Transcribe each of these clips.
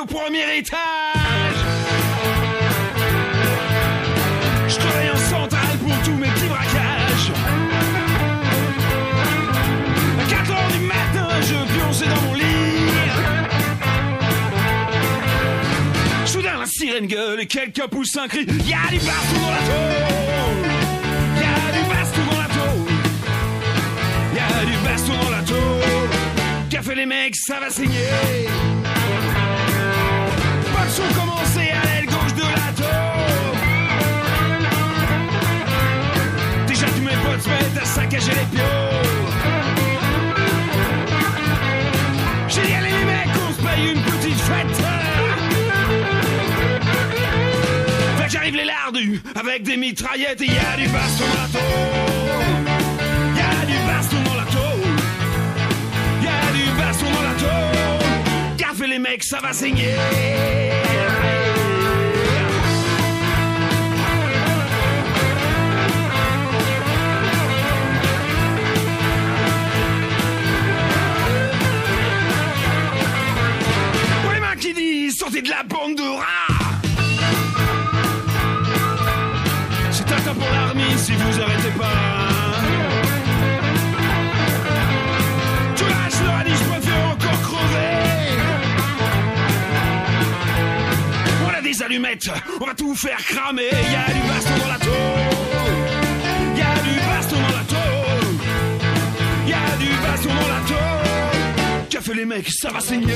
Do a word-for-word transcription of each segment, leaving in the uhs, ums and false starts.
au premier étage. Je travaille en centrale pour tous mes petits braquages. À quatre heures du matin, je pionçais dans mon lit. Soudain la sirène gueule et quelqu'un pousse un cri. Y'a du baston dans la tôle. Y'a du baston dans la tôle. Y'a du baston dans la tôle. Qu'a fait les mecs, ça va saigner. Pas de son commencé à l'aile gauche de la tôle. Déjà tous mes potes se mettent à saccager les piaux. J'ai dit allez les mecs, on se paye une petite fête. J'arrive les lardus avec des mitraillettes et y'a du baston dans la tôle. Y'a du baston dans la tôle. Y'a du baston dans la tôle. Qu'a fait les mecs, ça va saigner. Pour les mains qui disent sortez de la bande de rats. Pour l'armée si vous arrêtez pas. Tu lâches le radis, je préfère encore crever. On a des allumettes, on va tout faire cramer. Y'a du baston dans la tôle. Y'a du baston dans la tôle. Y'a du baston dans la tôle. Qu'a fait les mecs, ça va saigner.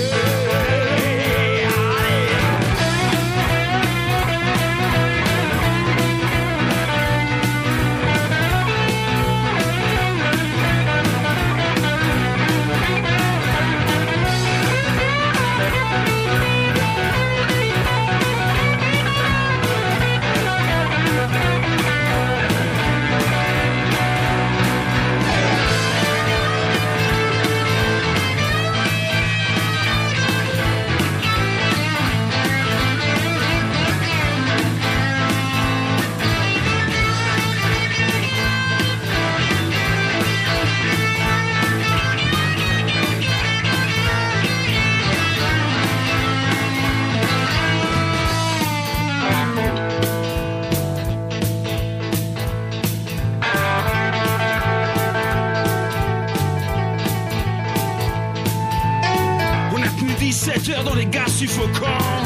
dix-sept heures dans les gaz suffocants.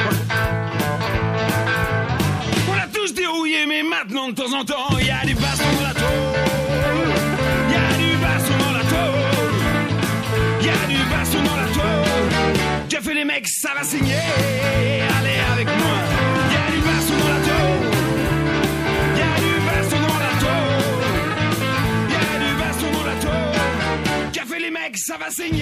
On a tous dérouillé, mais maintenant de temps en temps, y'a du baston dans la tôle. Y'a du baston dans la tôle. Y'a du baston dans la tôle. Qu'a fait les mecs, ça va saigner. Allez avec moi. Y'a du baston dans la tôle. Y'a du baston dans la tôle. Y'a du baston dans la tôle. Qu'a fait les mecs, ça va saigner.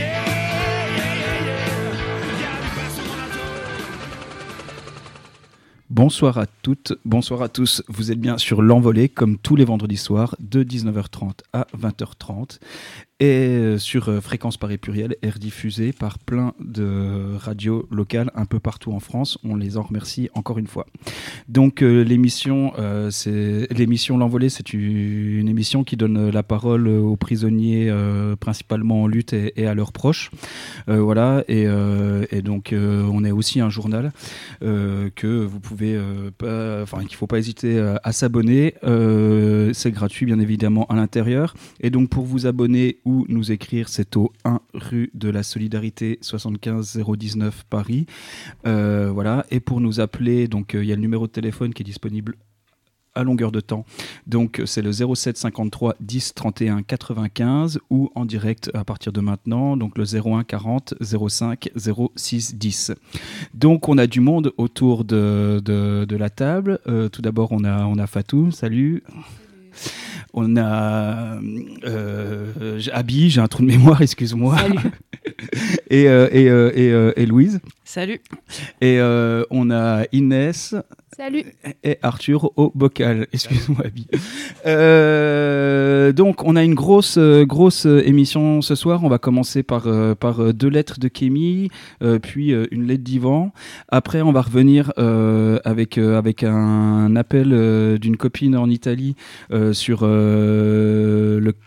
Bonsoir à toutes, bonsoir à tous. Vous êtes bien sur l'Envolée, comme tous les vendredis soirs, de dix-neuf heures trente à vingt heures trente. Et sur Fréquence Paris Pluriel est rediffusé par plein de radios locales un peu partout en France. On les en remercie encore une fois. Donc euh, l'émission, euh, c'est l'émission L'Envolée, c'est une émission qui donne la parole aux prisonniers, euh, principalement en lutte et, et à leurs proches. Euh, voilà. Et, euh, et donc euh, on est aussi un journal euh, que vous pouvez, euh, pas, enfin qu'il faut pas hésiter à, à s'abonner. Euh, c'est gratuit bien évidemment à l'intérieur. Et donc pour vous abonner ou nous écrire, c'est au un rue de la Solidarité soixante-quinze zéro dix-neuf Paris. Euh, voilà. Et pour nous appeler, donc il euh, y a le numéro de téléphone qui est disponible à longueur de temps. Donc c'est le zéro sept cinquante-trois dix trente et un quatre-vingt-quinze ou en direct à partir de maintenant, donc le zéro un quarante zéro cinq zéro six dix. Donc on a du monde autour de, de, de la table. Euh, tout d'abord on a, on a Fatou, salut. On a euh, Abby, j'ai un trou de mémoire, excuse-moi. Salut. et, euh, et, euh, et, euh, et Louise. Salut. Et euh, on a Inès. Salut. Et Arthur au bocal. Excuse-moi, Abby. Euh, donc, on a une grosse, grosse émission ce soir. On va commencer par, par deux lettres de Kémy, euh, puis une lettre d'Yvan. Après, on va revenir euh, avec, avec un appel euh, d'une copine en Italie euh, sur euh, le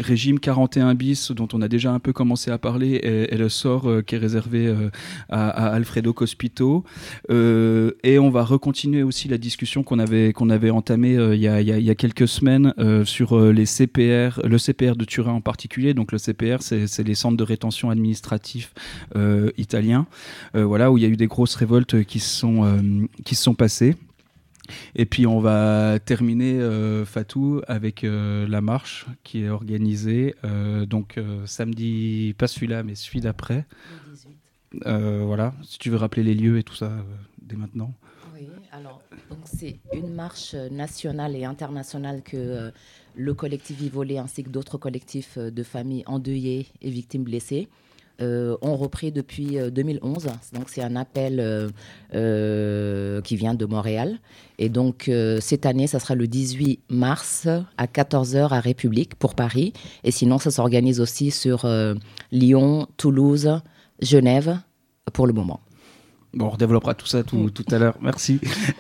régime quarante et un bis, dont on a déjà un peu commencé à parler, est, est le sort euh, qui est réservé euh, à, à Alfredo Cospito. Euh, et on va recontinuer aussi la discussion qu'on avait, qu'on avait entamée euh, il, y a, il, y a, il y a quelques semaines euh, sur euh, les C P R, le C P R de Turin en particulier. Donc le C P R, c'est, c'est les centres de rétention administratifs euh, italiens, euh, voilà, où il y a eu des grosses révoltes qui se sont, euh, qui se sont passées. Et puis on va terminer, euh, Fatou, avec euh, la marche qui est organisée euh, donc euh, samedi, pas celui-là mais celui d'après. Le dix-huit. Euh, voilà, si tu veux rappeler les lieux et tout ça euh, dès maintenant. Oui, alors donc c'est une marche nationale et internationale que euh, le collectif Vivolé ainsi que d'autres collectifs de familles endeuillées et victimes blessées Euh, ont repris depuis euh, deux mille onze. Donc, c'est un appel euh, euh, qui vient de Montréal. Et donc, euh, cette année, ça sera le dix-huit mars à quatorze heures à République pour Paris. Et sinon, ça s'organise aussi sur euh, Lyon, Toulouse, Genève pour le moment. Bon, on redéveloppera tout ça tout, tout à l'heure. Merci.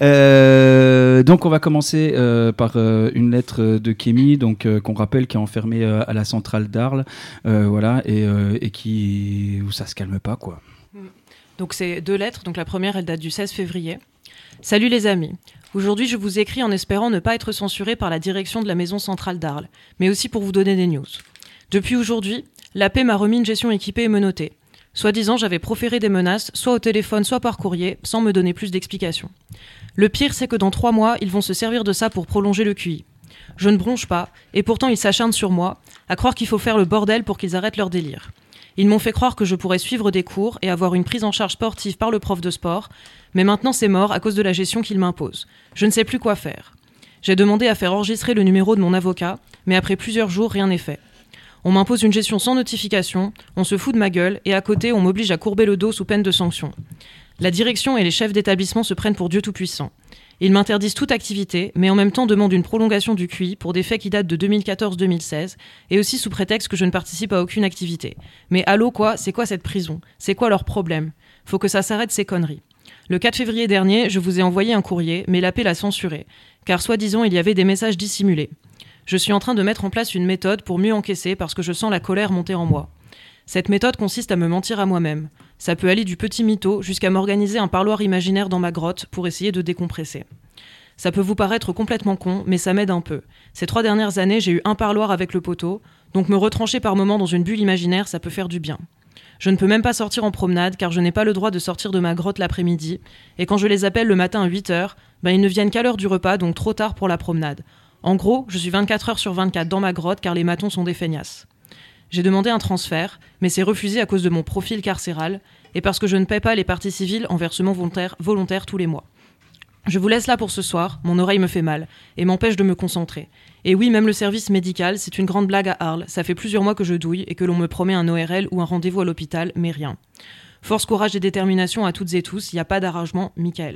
Euh, donc, on va commencer euh, par euh, une lettre de Kémy, donc euh, qu'on rappelle, qui est enfermée euh, à la centrale d'Arles, euh, voilà, et, euh, et qui où ça se calme pas, quoi. Donc, c'est deux lettres. Donc, la première, elle date du seize février. Salut les amis. Aujourd'hui, je vous écris en espérant ne pas être censuré par la direction de la maison centrale d'Arles, mais aussi pour vous donner des news. Depuis aujourd'hui, l'A P m'a remis une gestion équipée et menottée. Soi-disant, j'avais proféré des menaces, soit au téléphone, soit par courrier, sans me donner plus d'explications. Le pire, c'est que dans trois mois, ils vont se servir de ça pour prolonger le Q I. Je ne bronche pas, et pourtant ils s'acharnent sur moi, à croire qu'il faut faire le bordel pour qu'ils arrêtent leur délire. Ils m'ont fait croire que je pourrais suivre des cours et avoir une prise en charge sportive par le prof de sport, mais maintenant c'est mort à cause de la gestion qu'ils m'imposent. Je ne sais plus quoi faire. J'ai demandé à faire enregistrer le numéro de mon avocat, mais après plusieurs jours, rien n'est fait. On m'impose une gestion sans notification, on se fout de ma gueule, et à côté, on m'oblige à courber le dos sous peine de sanction. La direction et les chefs d'établissement se prennent pour Dieu Tout-Puissant. Ils m'interdisent toute activité, mais en même temps demandent une prolongation du Q I pour des faits qui datent de deux mille quatorze deux mille seize, et aussi sous prétexte que je ne participe à aucune activité. Mais allô quoi, c'est quoi cette prison ? C'est quoi leur problème ? Faut que ça s'arrête ces conneries. Le quatre février dernier, je vous ai envoyé un courrier, mais l'A P l'a censuré, car soi-disant il y avait des messages dissimulés. Je suis en train de mettre en place une méthode pour mieux encaisser parce que je sens la colère monter en moi. Cette méthode consiste à me mentir à moi-même. Ça peut aller du petit mytho jusqu'à m'organiser un parloir imaginaire dans ma grotte pour essayer de décompresser. Ça peut vous paraître complètement con, mais ça m'aide un peu. Ces trois dernières années, j'ai eu un parloir avec le poteau, donc me retrancher par moments dans une bulle imaginaire, ça peut faire du bien. Je ne peux même pas sortir en promenade car je n'ai pas le droit de sortir de ma grotte l'après-midi, et quand je les appelle le matin à huit heures, ben ils ne viennent qu'à l'heure du repas, donc trop tard pour la promenade. En gros, je suis vingt-quatre heures sur vingt-quatre dans ma grotte car les matons sont des feignasses. J'ai demandé un transfert, mais c'est refusé à cause de mon profil carcéral et parce que je ne paie pas les parties civiles en versement volontaire, volontaire tous les mois. Je vous laisse là pour ce soir, mon oreille me fait mal et m'empêche de me concentrer. Et oui, même le service médical, c'est une grande blague à Arles, ça fait plusieurs mois que je douille et que l'on me promet un O R L ou un rendez-vous à l'hôpital, mais rien. Force, courage et détermination à toutes et tous, il n'y a pas d'arrangement, Michael.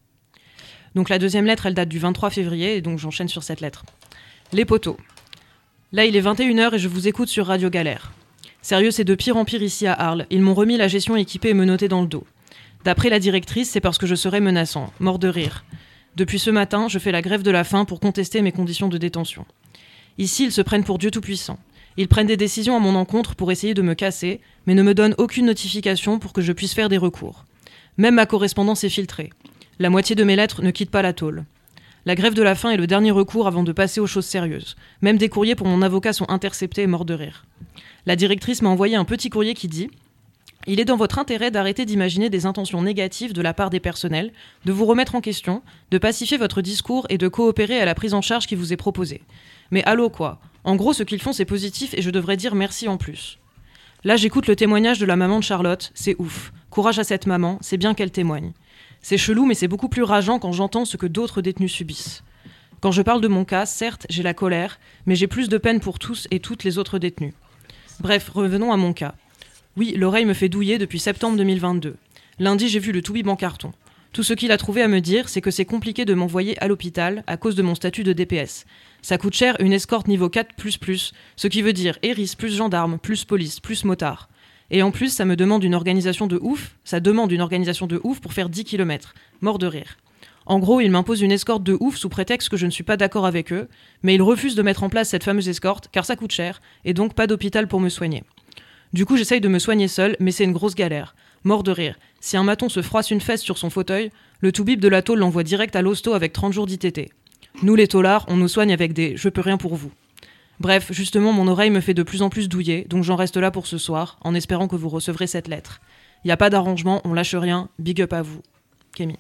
Donc la deuxième lettre, elle date du vingt-trois février, et donc j'enchaîne sur cette lettre. Les poteaux. Là, il est vingt et une heures et je vous écoute sur Radio Galère. Sérieux, c'est de pire en pire ici à Arles. Ils m'ont remis la gestion équipée et menottée dans le dos. D'après la directrice, c'est parce que je serais menaçant. Mort de rire. Depuis ce matin, je fais la grève de la faim pour contester mes conditions de détention. Ici, ils se prennent pour Dieu Tout-Puissant. Ils prennent des décisions à mon encontre pour essayer de me casser, mais ne me donnent aucune notification pour que je puisse faire des recours. Même ma correspondance est filtrée. La moitié de mes lettres ne quittent pas la tôle. La grève de la faim est le dernier recours avant de passer aux choses sérieuses. Même des courriers pour mon avocat sont interceptés et morts de rire. La directrice m'a envoyé un petit courrier qui dit « Il est dans votre intérêt d'arrêter d'imaginer des intentions négatives de la part des personnels, de vous remettre en question, de pacifier votre discours et de coopérer à la prise en charge qui vous est proposée. Mais allô quoi ? En gros, ce qu'ils font, c'est positif et je devrais dire merci en plus. » Là, j'écoute le témoignage de la maman de Charlotte. C'est ouf. Courage à cette maman, c'est bien qu'elle témoigne. C'est chelou, mais c'est beaucoup plus rageant quand j'entends ce que d'autres détenus subissent. Quand je parle de mon cas, certes, j'ai la colère, mais j'ai plus de peine pour tous et toutes les autres détenus. Bref, revenons à mon cas. Oui, l'oreille me fait douiller depuis septembre deux mille vingt-deux. Lundi, j'ai vu le toubib en carton. Tout ce qu'il a trouvé à me dire, c'est que c'est compliqué de m'envoyer à l'hôpital à cause de mon statut de D P S. Ça coûte cher une escorte niveau quatre plus plus, ce qui veut dire héris plus gendarme, plus police, plus motard. Et en plus, ça me demande une organisation de ouf, ça demande une organisation de ouf pour faire dix kilomètres. Mort de rire. En gros, ils m'imposent une escorte de ouf sous prétexte que je ne suis pas d'accord avec eux, mais ils refusent de mettre en place cette fameuse escorte car ça coûte cher et donc pas d'hôpital pour me soigner. Du coup, j'essaye de me soigner seule, mais c'est une grosse galère. Mort de rire. Si un maton se froisse une fesse sur son fauteuil, le toubib de la tôle l'envoie direct à l'hosto avec trente jours d'I T T. Nous, les taulards, on nous soigne avec des « je peux rien pour vous ». Bref, justement, mon oreille me fait de plus en plus douiller, donc j'en reste là pour ce soir, en espérant que vous recevrez cette lettre. Il n'y a pas d'arrangement, on lâche rien, big up à vous. Kémy.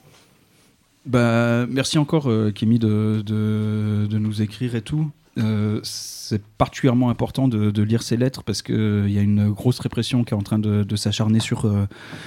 Bah, merci encore, euh, Kémy, de, de, de nous écrire et tout. Euh, c'est particulièrement important de, de lire ces lettres parce qu'il euh, y a une grosse répression qui est en train de, de s'acharner sur, euh,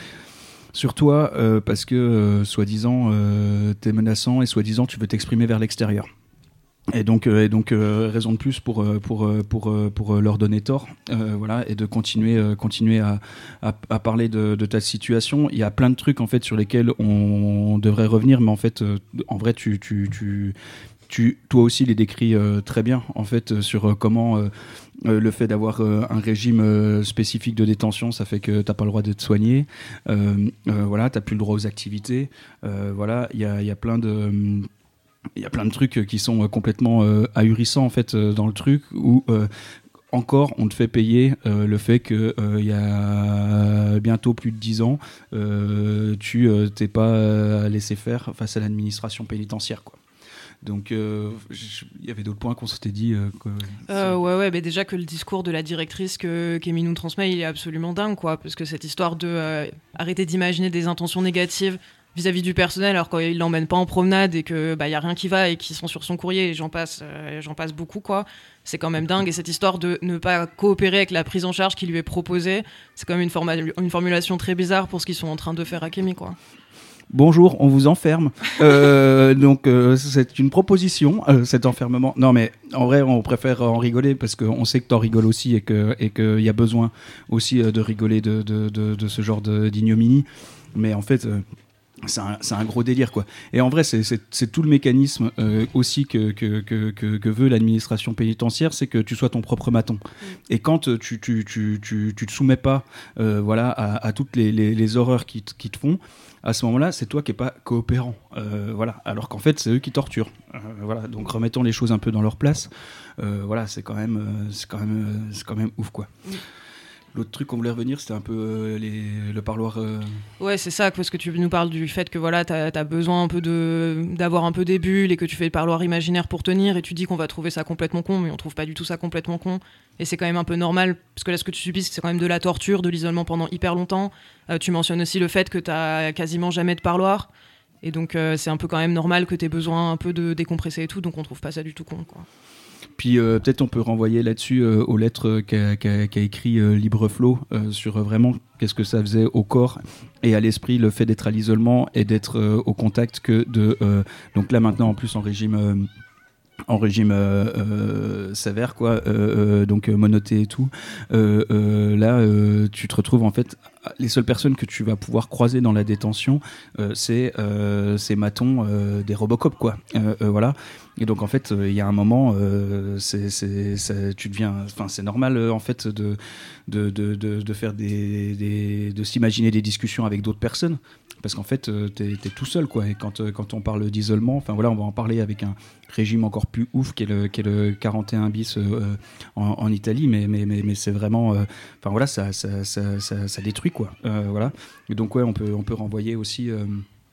sur toi euh, parce que, euh, soi-disant, euh, t'es menaçant et soi-disant, tu veux t'exprimer vers l'extérieur. Et donc, euh, et donc euh, raison de plus pour, euh, pour, euh, pour, euh, pour euh, leur donner tort, euh, voilà, et de continuer, euh, continuer à, à, à parler de, de ta situation. Il y a plein de trucs en fait, sur lesquels on devrait revenir, mais en fait, euh, en vrai, tu, tu, tu, tu, toi aussi les décris euh, très bien, en fait, euh, sur euh, comment euh, euh, le fait d'avoir euh, un régime euh, spécifique de détention, ça fait que tu n'as pas le droit d'être soigné. Euh, euh, voilà, tu n'as plus le droit aux activités. Euh, voilà, il y a, y a plein de... Il y a plein de trucs qui sont complètement euh, ahurissants en fait euh, dans le truc où euh, encore on te fait payer euh, le fait que il euh, y a bientôt plus de dix ans euh, tu euh, t'es pas euh, laissé faire face à l'administration pénitentiaire quoi. Donc il euh, y avait d'autres points qu'on s'était dit euh, que, euh, ouais ouais mais déjà que le discours de la directrice que Kémy nous transmet il est absolument dingue quoi, parce que cette histoire de euh, arrêter d'imaginer des intentions négatives vis-à-vis du personnel, alors quand il l'emmène pas en promenade et que bah y a rien qui va et qu'ils sont sur son courrier et j'en passe, euh, j'en passe beaucoup quoi. C'est quand même dingue, et cette histoire de ne pas coopérer avec la prise en charge qui lui est proposée, c'est quand même une, forma- une formulation très bizarre pour ce qu'ils sont en train de faire à Kémy quoi. Bonjour, on vous enferme. euh, donc euh, c'est une proposition, euh, cet enfermement. Non mais en vrai, on préfère en rigoler parce qu'on sait que t'en rigoles aussi et que et qu'il y a besoin aussi euh, de rigoler de, de, de, de ce genre de, d'ignominie. Mais en fait. Euh, C'est un, c'est un gros délire quoi. Et en vrai c'est, c'est, c'est tout le mécanisme euh, aussi que, que, que, que, que veut l'administration pénitentiaire, c'est que tu sois ton propre maton. Mmh. Et quand tu, tu, tu, tu, tu te soumets pas euh, voilà, à, à toutes les, les, les horreurs qui te, qui te font, à ce moment-là c'est toi qui n'es pas coopérant euh, voilà. Alors qu'en fait c'est eux qui torturent euh, voilà. Donc remettons les choses un peu dans leur place euh, voilà, c'est quand même, euh, c'est quand même, euh, c'est quand même ouf quoi. Mmh. L'autre truc qu'on voulait revenir, c'était un peu euh, les, le parloir... Euh... Ouais, c'est ça, parce que tu nous parles du fait que voilà, t'as, t'as besoin un peu de, d'avoir un peu des bulles et que tu fais le parloir imaginaire pour tenir, et tu dis qu'on va trouver ça complètement con, mais on trouve pas du tout ça complètement con. Et c'est quand même un peu normal, parce que là, ce que tu subis, c'est quand même de la torture, de l'isolement pendant hyper longtemps. Euh, tu mentionnes aussi le fait que t'as quasiment jamais de parloir, et donc euh, c'est un peu quand même normal que t'aies besoin un peu de décompresser et tout, donc on trouve pas ça du tout con, quoi. Puis euh, peut-être on peut renvoyer là-dessus euh, aux lettres qu'a, qu'a, qu'a écrit euh, Libreflow euh, sur euh, vraiment qu'est-ce que ça faisait au corps et à l'esprit le fait d'être à l'isolement et d'être euh, au contact que de... Euh, donc là maintenant en plus en régime... Euh, en régime euh, euh, sévère quoi, euh, euh, donc euh, monoté et tout. Euh, euh, là, euh, tu te retrouves en fait. Les seules personnes que tu vas pouvoir croiser dans la détention, euh, c'est euh, ces matons euh, des Robocop quoi. Euh, euh, voilà. Et donc en fait, il euh, y a un moment, euh, c'est, c'est, c'est, tu deviens, enfin c'est normal euh, en fait de de, de de de faire des, des de s'imaginer des discussions avec d'autres personnes. Parce qu'en fait, euh, t'es, t'es tout seul, quoi. Et quand, euh, quand on parle d'isolement, enfin voilà, on va en parler avec un régime encore plus ouf qui est le, qui est le quarante et un bis euh, en, en Italie, mais, mais, mais, mais c'est vraiment, enfin euh, voilà, ça, ça, ça, ça, ça détruit, quoi. Euh, voilà. Et donc, ouais, on peut, on peut renvoyer aussi euh,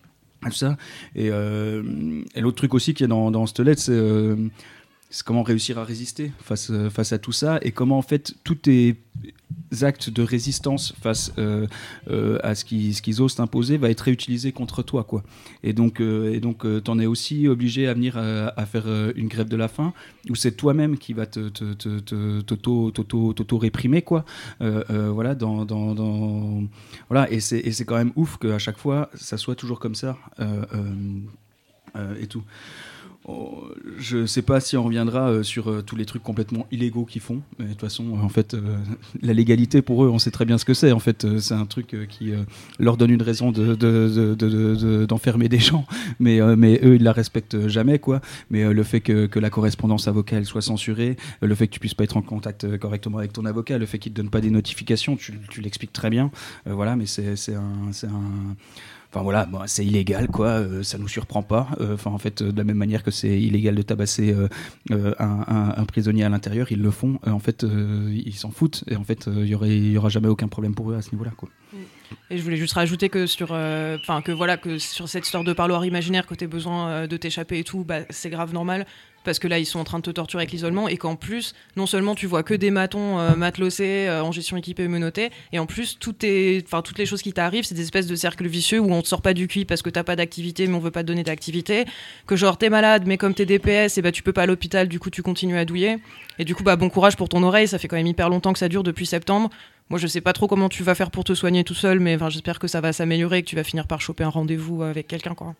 à tout ça. Et, euh, et l'autre truc aussi qui est dans, dans cette lettre, c'est. Euh, c'est comment réussir à résister face, euh, face à tout ça et comment en fait tous tes actes de résistance face euh, euh, à ce qu'ils, ce qu'ils osent t'imposer va être réutilisé contre toi quoi. Et donc, euh, et donc euh, t'en es aussi obligé à venir à, à faire euh, une grève de la faim où c'est toi-même qui va te, te, te, te, t'auto, t'auto, t'auto réprimer quoi. Euh, euh, voilà, dans, dans, dans... voilà et, c'est, et c'est quand même ouf qu'à chaque fois ça soit toujours comme ça euh, euh, euh, et tout. Oh, je sais pas si on reviendra euh, sur euh, tous les trucs complètement illégaux qu'ils font, mais de toute façon, euh, en fait, euh, la légalité pour eux, on sait très bien ce que c'est. En fait, euh, c'est un truc euh, qui euh, leur donne une raison de, de, de, de, de, de, d'enfermer des gens, mais, euh, mais eux, ils la respectent jamais, quoi. Mais euh, le fait que, que la correspondance avocale soit censurée, euh, le fait que tu puisses pas être en contact euh, correctement avec ton avocat, le fait qu'il te donne pas des notifications, tu, tu l'expliques très bien, euh, voilà. Mais c'est, c'est un, c'est un Enfin voilà, bon, c'est illégal, quoi. Euh, ça nous surprend pas. Enfin euh, en fait, de la même manière que c'est illégal de tabasser euh, euh, un, un, un prisonnier à l'intérieur, ils le font. Euh, en fait, euh, ils s'en foutent. Et en fait, il euh, y aurait, il y aura jamais aucun problème pour eux à ce niveau-là, quoi. Et je voulais juste rajouter que sur, enfin euh, que voilà, que sur cette histoire de parloir imaginaire, que t'aies besoin euh, de t'échapper et tout, bah c'est grave normal. Parce que là, ils sont en train de te torturer avec l'isolement et qu'en plus, non seulement tu vois que des matons euh, matelassés euh, en gestion équipée et menottés, et en plus, tout est, toutes les choses qui t'arrivent, c'est des espèces de cercles vicieux où on te sort pas du cul parce que t'as pas d'activité, mais on veut pas te donner d'activité. Que genre, t'es malade, mais comme t'es D P S, et bah, tu peux pas à l'hôpital, du coup, tu continues à douiller. Et du coup, bah, bon courage pour ton oreille, ça fait quand même hyper longtemps que ça dure depuis septembre. Moi, je sais pas trop comment tu vas faire pour te soigner tout seul, mais j'espère que ça va s'améliorer et que tu vas finir par choper un rendez-vous avec quelqu'un, quoi.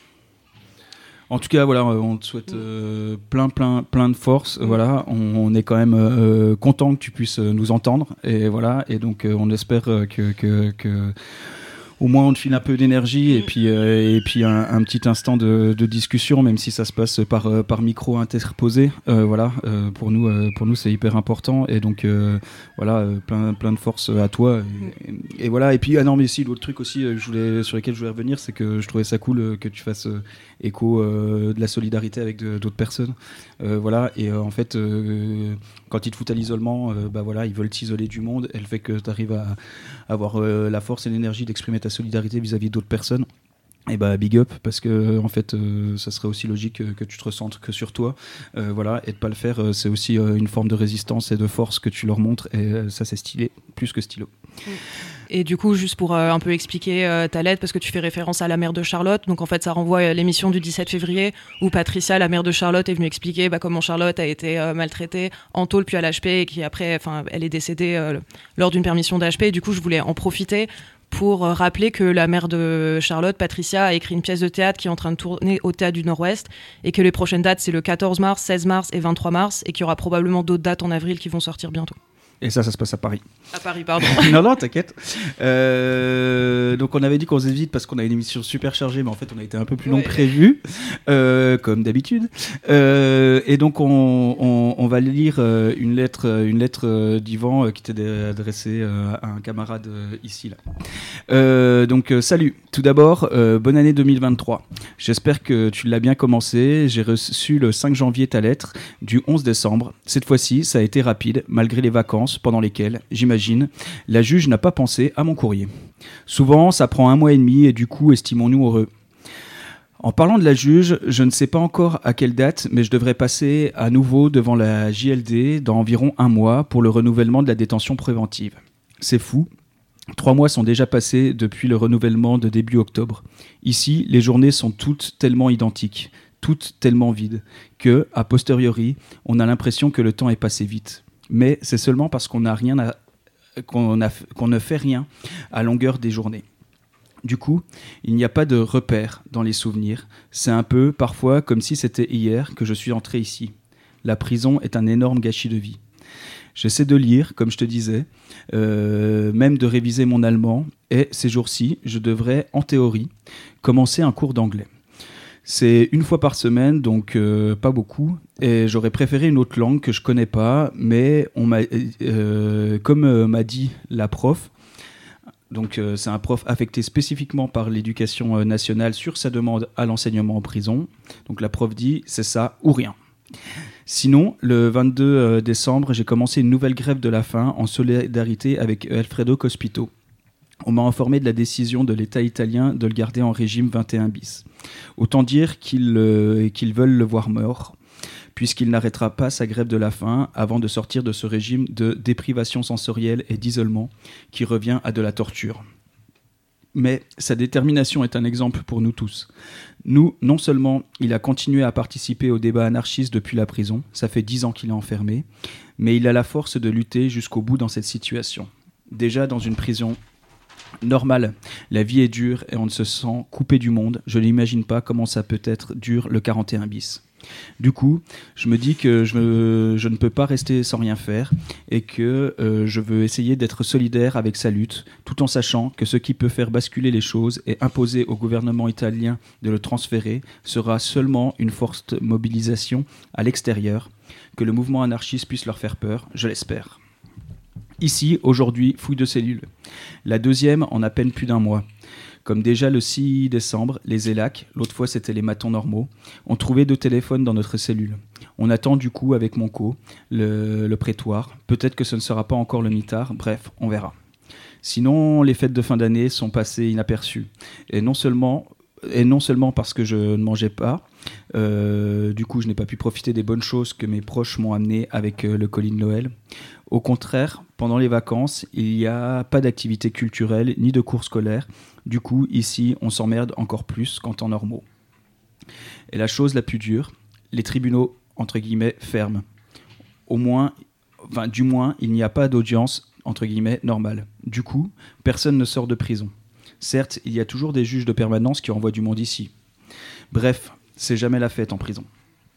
En tout cas, voilà, on te souhaite euh, plein, plein, plein de force. Mmh. Voilà, on, on est quand même euh, content que tu puisses nous entendre, et voilà, et donc euh, on espère que, que, que au moins on te file un peu d'énergie et puis euh, et puis un, un petit instant de, de discussion, même si ça se passe par euh, par micro interposé. Euh, voilà, euh, pour nous, euh, pour nous, c'est hyper important, et donc euh, voilà, euh, plein, plein de force à toi. Et, et, et voilà, et puis ah non, mais si l'autre truc aussi, euh, je voulais, sur lequel je voulais revenir, c'est que je trouvais ça cool euh, que tu fasses euh, écho euh, de la solidarité avec de, d'autres personnes. Euh, voilà, et euh, en fait, euh, quand ils te foutent à l'isolement, euh, bah voilà, ils veulent t'isoler du monde, et le fait que tu arrives à, à avoir euh, la force et l'énergie d'exprimer ta solidarité vis-à-vis d'autres personnes, et bah big up, parce que en fait euh, ça serait aussi logique que, que tu te recentres que sur toi, euh, voilà, et de pas le faire, euh, c'est aussi euh, une forme de résistance et de force que tu leur montres, et euh, ça c'est stylé, plus que stylo. Et du coup, juste pour euh, un peu expliquer euh, ta lettre, parce que tu fais référence à la mère de Charlotte, donc en fait ça renvoie à l'émission du dix-sept février où Patricia, la mère de Charlotte, est venue expliquer bah, comment Charlotte a été euh, maltraitée en tôle puis à l'H P, et qui après, enfin, elle est décédée euh, lors d'une permission d'H P. Et du coup, je voulais en profiter pour rappeler que la mère de Charlotte, Patricia, a écrit une pièce de théâtre qui est en train de tourner au Théâtre du Nord-Ouest, et que les prochaines dates, c'est le quatorze mars, seize mars et vingt-trois mars, et qu'il y aura probablement d'autres dates en avril qui vont sortir bientôt. Et ça, ça se passe à Paris. À Paris, pardon. non, non, t'inquiète. Euh, donc, on avait dit qu'on faisait vite parce qu'on a une émission super chargée, mais en fait, on a été un peu plus long que prévu, euh, comme d'habitude. Euh, et donc, on, on, on va lire une lettre, une lettre d'Yvan qui était adressée à un camarade ici. Là. Euh, donc, euh, salut. Tout d'abord, euh, bonne année deux mille vingt-trois. J'espère que tu l'as bien commencé. J'ai reçu le cinq janvier ta lettre du onze décembre. Cette fois-ci, ça a été rapide, malgré les vacances pendant lesquelles, j'imagine, la juge n'a pas pensé à mon courrier. Souvent, ça prend un mois et demi et du coup, estimons-nous heureux. En parlant de la juge, je ne sais pas encore à quelle date, mais je devrais passer à nouveau devant la J L D dans environ un mois pour le renouvellement de la détention préventive. C'est fou. Trois mois sont déjà passés depuis le renouvellement de début octobre. Ici, les journées sont toutes tellement identiques, toutes tellement vides, que, a posteriori, on a l'impression que le temps est passé vite. Mais c'est seulement parce qu'on n'a rien à, qu'on, a, qu'on ne fait rien à longueur des journées. Du coup, il n'y a pas de repère dans les souvenirs. C'est un peu, parfois, comme si c'était hier que je suis entré ici. La prison est un énorme gâchis de vie. J'essaie de lire, comme je te disais, euh, même de réviser mon allemand, et ces jours-ci, je devrais, en théorie, commencer un cours d'anglais. C'est une fois par semaine, donc euh, pas beaucoup, et j'aurais préféré une autre langue que je connais pas, mais on m'a, euh, comme euh, m'a dit la prof, donc euh, c'est un prof affecté spécifiquement par l'éducation euh, nationale sur sa demande à l'enseignement en prison, donc la prof dit c'est ça ou rien. Sinon, le vingt-deux décembre, j'ai commencé une nouvelle grève de la faim en solidarité avec Alfredo Cospito. On m'a informé de la décision de l'État italien de le garder en régime vingt et un bis. Autant dire qu'ils, euh, qu'ils veulent le voir mort, puisqu'il n'arrêtera pas sa grève de la faim avant de sortir de ce régime de déprivation sensorielle et d'isolement qui revient à de la torture. Mais sa détermination est un exemple pour nous tous. Nous, non seulement il a continué à participer au débat anarchiste depuis la prison, ça fait dix ans qu'il est enfermé, mais il a la force de lutter jusqu'au bout dans cette situation. Déjà dans une prison normale, la vie est dure et on se sent coupé du monde. Je n'imagine pas comment ça peut être dur le quarante et un bis. Du coup, je me dis que je, me, je ne peux pas rester sans rien faire et que euh, je veux essayer d'être solidaire avec sa lutte, tout en sachant que ce qui peut faire basculer les choses et imposer au gouvernement italien de le transférer sera seulement une forte mobilisation à l'extérieur, que le mouvement anarchiste puisse leur faire peur, je l'espère. Ici, aujourd'hui, fouille de cellules. La deuxième en à peine plus d'un mois. Comme déjà le six décembre, les élacs, l'autre fois c'était les matons normaux, ont trouvé deux téléphones dans notre cellule. On attend du coup avec mon co, le, le prétoire. Peut-être que ce ne sera pas encore le mitard, bref, on verra. Sinon, les fêtes de fin d'année sont passées inaperçues. Et non seulement, et non seulement parce que je ne mangeais pas, euh, du coup je n'ai pas pu profiter des bonnes choses que mes proches m'ont amenées avec euh, le colis de Noël. Au contraire, pendant les vacances, il n'y a pas d'activité culturelle ni de cours scolaires. Du coup, ici, on s'emmerde encore plus qu'en temps normaux. Et la chose la plus dure, les tribunaux, entre guillemets, ferment. Au moins, enfin, du moins, il n'y a pas d'audience, entre guillemets, normale. Du coup, personne ne sort de prison. Certes, il y a toujours des juges de permanence qui renvoient du monde ici. Bref, c'est jamais la fête en prison.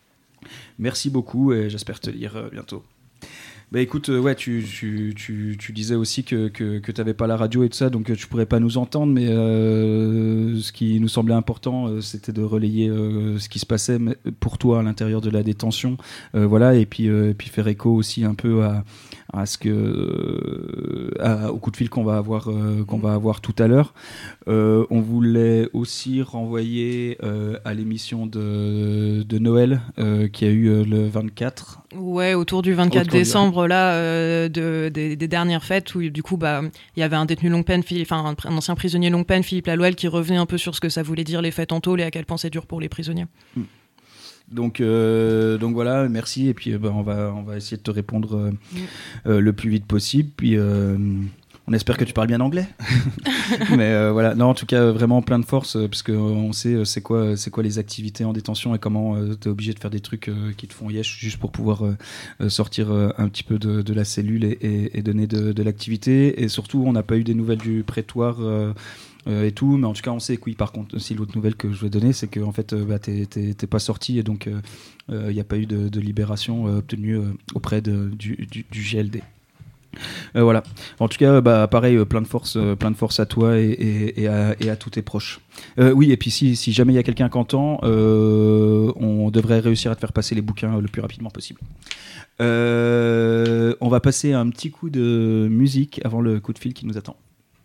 Merci beaucoup et j'espère te lire euh, bientôt. Bah écoute, euh, ouais, tu, tu, tu, tu disais aussi que, que, que tu n'avais pas la radio et tout ça, donc euh, tu pourrais pas nous entendre, mais euh, ce qui nous semblait important, euh, c'était de relayer euh, ce qui se passait pour toi à l'intérieur de la détention, euh, voilà, et puis, euh, et puis faire écho aussi un peu à, à ce que, euh, à, au coup de fil qu'on va avoir, euh, qu'on va avoir tout à l'heure. Euh, on voulait aussi renvoyer euh, à l'émission de, de Noël euh, qui a eu euh, le vingt-quatre. Ouais, autour du vingt-quatre Autour décembre, du... là, euh, de, des, des dernières fêtes, où du coup, bah, il y avait un détenu longue peine, enfin un, un ancien prisonnier longue peine, Philippe Lalouel, qui revenait un peu sur ce que ça voulait dire les fêtes en tôle et à quel point c'est dur pour les prisonniers. Mmh. Donc, euh, donc voilà, merci. Et puis, euh, bah, on va, on va essayer de te répondre euh, mmh. euh, le plus vite possible. Puis, euh, on espère que tu parles bien anglais. Mais euh, voilà, non, en tout cas, vraiment plein de force, euh, parce qu'on sait euh, c'est quoi, c'est quoi les activités en détention et comment euh, t'es obligé de faire des trucs euh, qui te font yesh juste pour pouvoir euh, sortir euh, un petit peu de, de la cellule et, et, et donner de, de l'activité. Et surtout, on n'a pas eu des nouvelles du prétoire. Euh, Euh, et tout, mais en tout cas on sait que oui, par contre aussi l'autre nouvelle que je vais donner, c'est que en fait euh, bah, t'es, t'es, t'es pas sorti et donc il euh, n'y euh, a pas eu de, de libération euh, obtenue euh, auprès de, du, du, du G L D. Euh, voilà. En tout cas, bah, pareil, euh, plein de force, euh, plein de force à toi et, et, et, à, et à tous tes proches. Euh, oui, et puis si, si jamais il y a quelqu'un qui entend, euh, on devrait réussir à te faire passer les bouquins le plus rapidement possible. Euh, on va passer un petit coup de musique avant le coup de fil qui nous attend.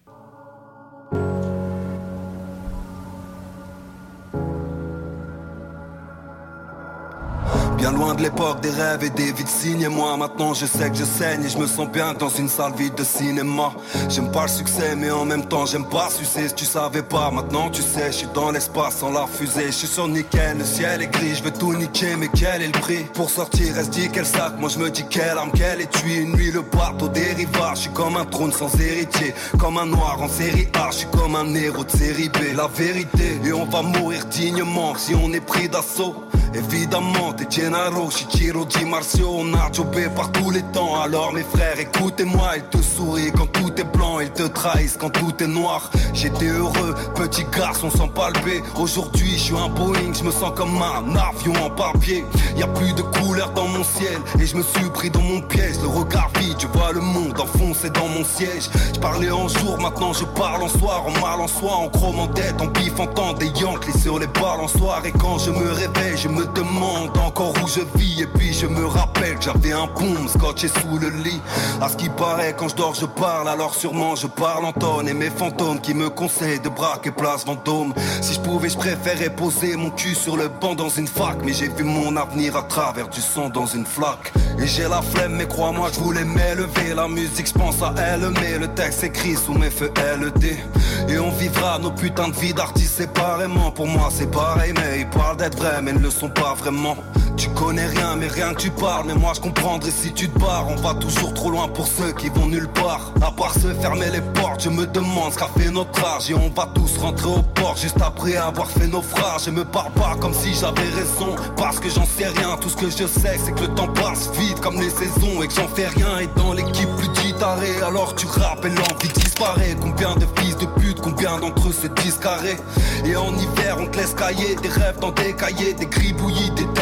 Bien loin de l'époque des rêves et des vies de signes. Et moi maintenant je sais que je saigne et je me sens bien dans une salle vide de cinéma. J'aime pas le succès mais en même temps j'aime pas sucer. Si tu savais pas, maintenant tu sais, je suis dans l'espace sans la fusée. Je suis sur nickel, le ciel est gris, je veux tout niquer. Mais quel est le prix pour sortir? Elle se dit quel sac, moi je me dis quelle arme, quelle étui. Une nuit le bateau dériva, je suis comme un trône sans héritier. Comme un noir en série A, je suis comme un héros de série B. La vérité, et on va mourir dignement si on est pris d'assaut. Évidemment, t'es Gennaro, Shichiro, Di Marcio. On a jobé par tous les temps. Alors mes frères, écoutez-moi. Ils te sourient quand tout est blanc. Ils te trahissent quand tout est noir. J'étais heureux, petit garçon sans palper. Aujourd'hui, je suis un Boeing. Je me sens comme un avion en papier. Y'a plus de couleurs dans mon ciel. Et je me suis pris dans mon piège. Le regard vide, je vois le monde enfoncé dans mon siège. Je parlais en jour, maintenant je parle en soir. En mal en soi, en chrome en tête. En bif, en temps des Yankees sur les balançoires. Et quand je me réveille, je me demande encore où je vis. Et puis je me rappelle que j'avais un boom scotché sous le lit. À ce qui paraît, quand je dors je parle. Alors sûrement je parle en tonne. Et mes fantômes qui me conseillent de braquer place Vendôme. Si je pouvais, je préférais poser mon cul sur le banc dans une fac. Mais j'ai vu mon avenir à travers du sang dans une flaque. Et j'ai la flemme mais crois-moi je voulais m'élever. La musique je pense à elle mais le texte écrit sous mes feux L E D. Et on vivra nos putains de vies d'artistes séparément. Pour moi c'est pareil mais ils parlent d'être vrais mais ne le sont pas vraiment. Tu connais rien mais rien que tu parles. Mais moi je comprendrai si tu te barres. On va toujours trop loin pour ceux qui vont nulle part. À part se fermer les portes, je me demande ce qu'a fait notre âge. Et on va tous rentrer au port juste après avoir fait naufrage. Je me parle pas comme si j'avais raison parce que j'en sais rien. Tout ce que je sais c'est que le temps passe vite comme les saisons. Et que j'en fais rien. Et dans l'équipe plus guitarée, alors tu rappes et l'envie disparaît. Combien de fils de pute, combien d'entre eux se disent carrés. Et en hiver on te laisse cailler des rêves dans des cahiers, des gribouillis, des textes écrits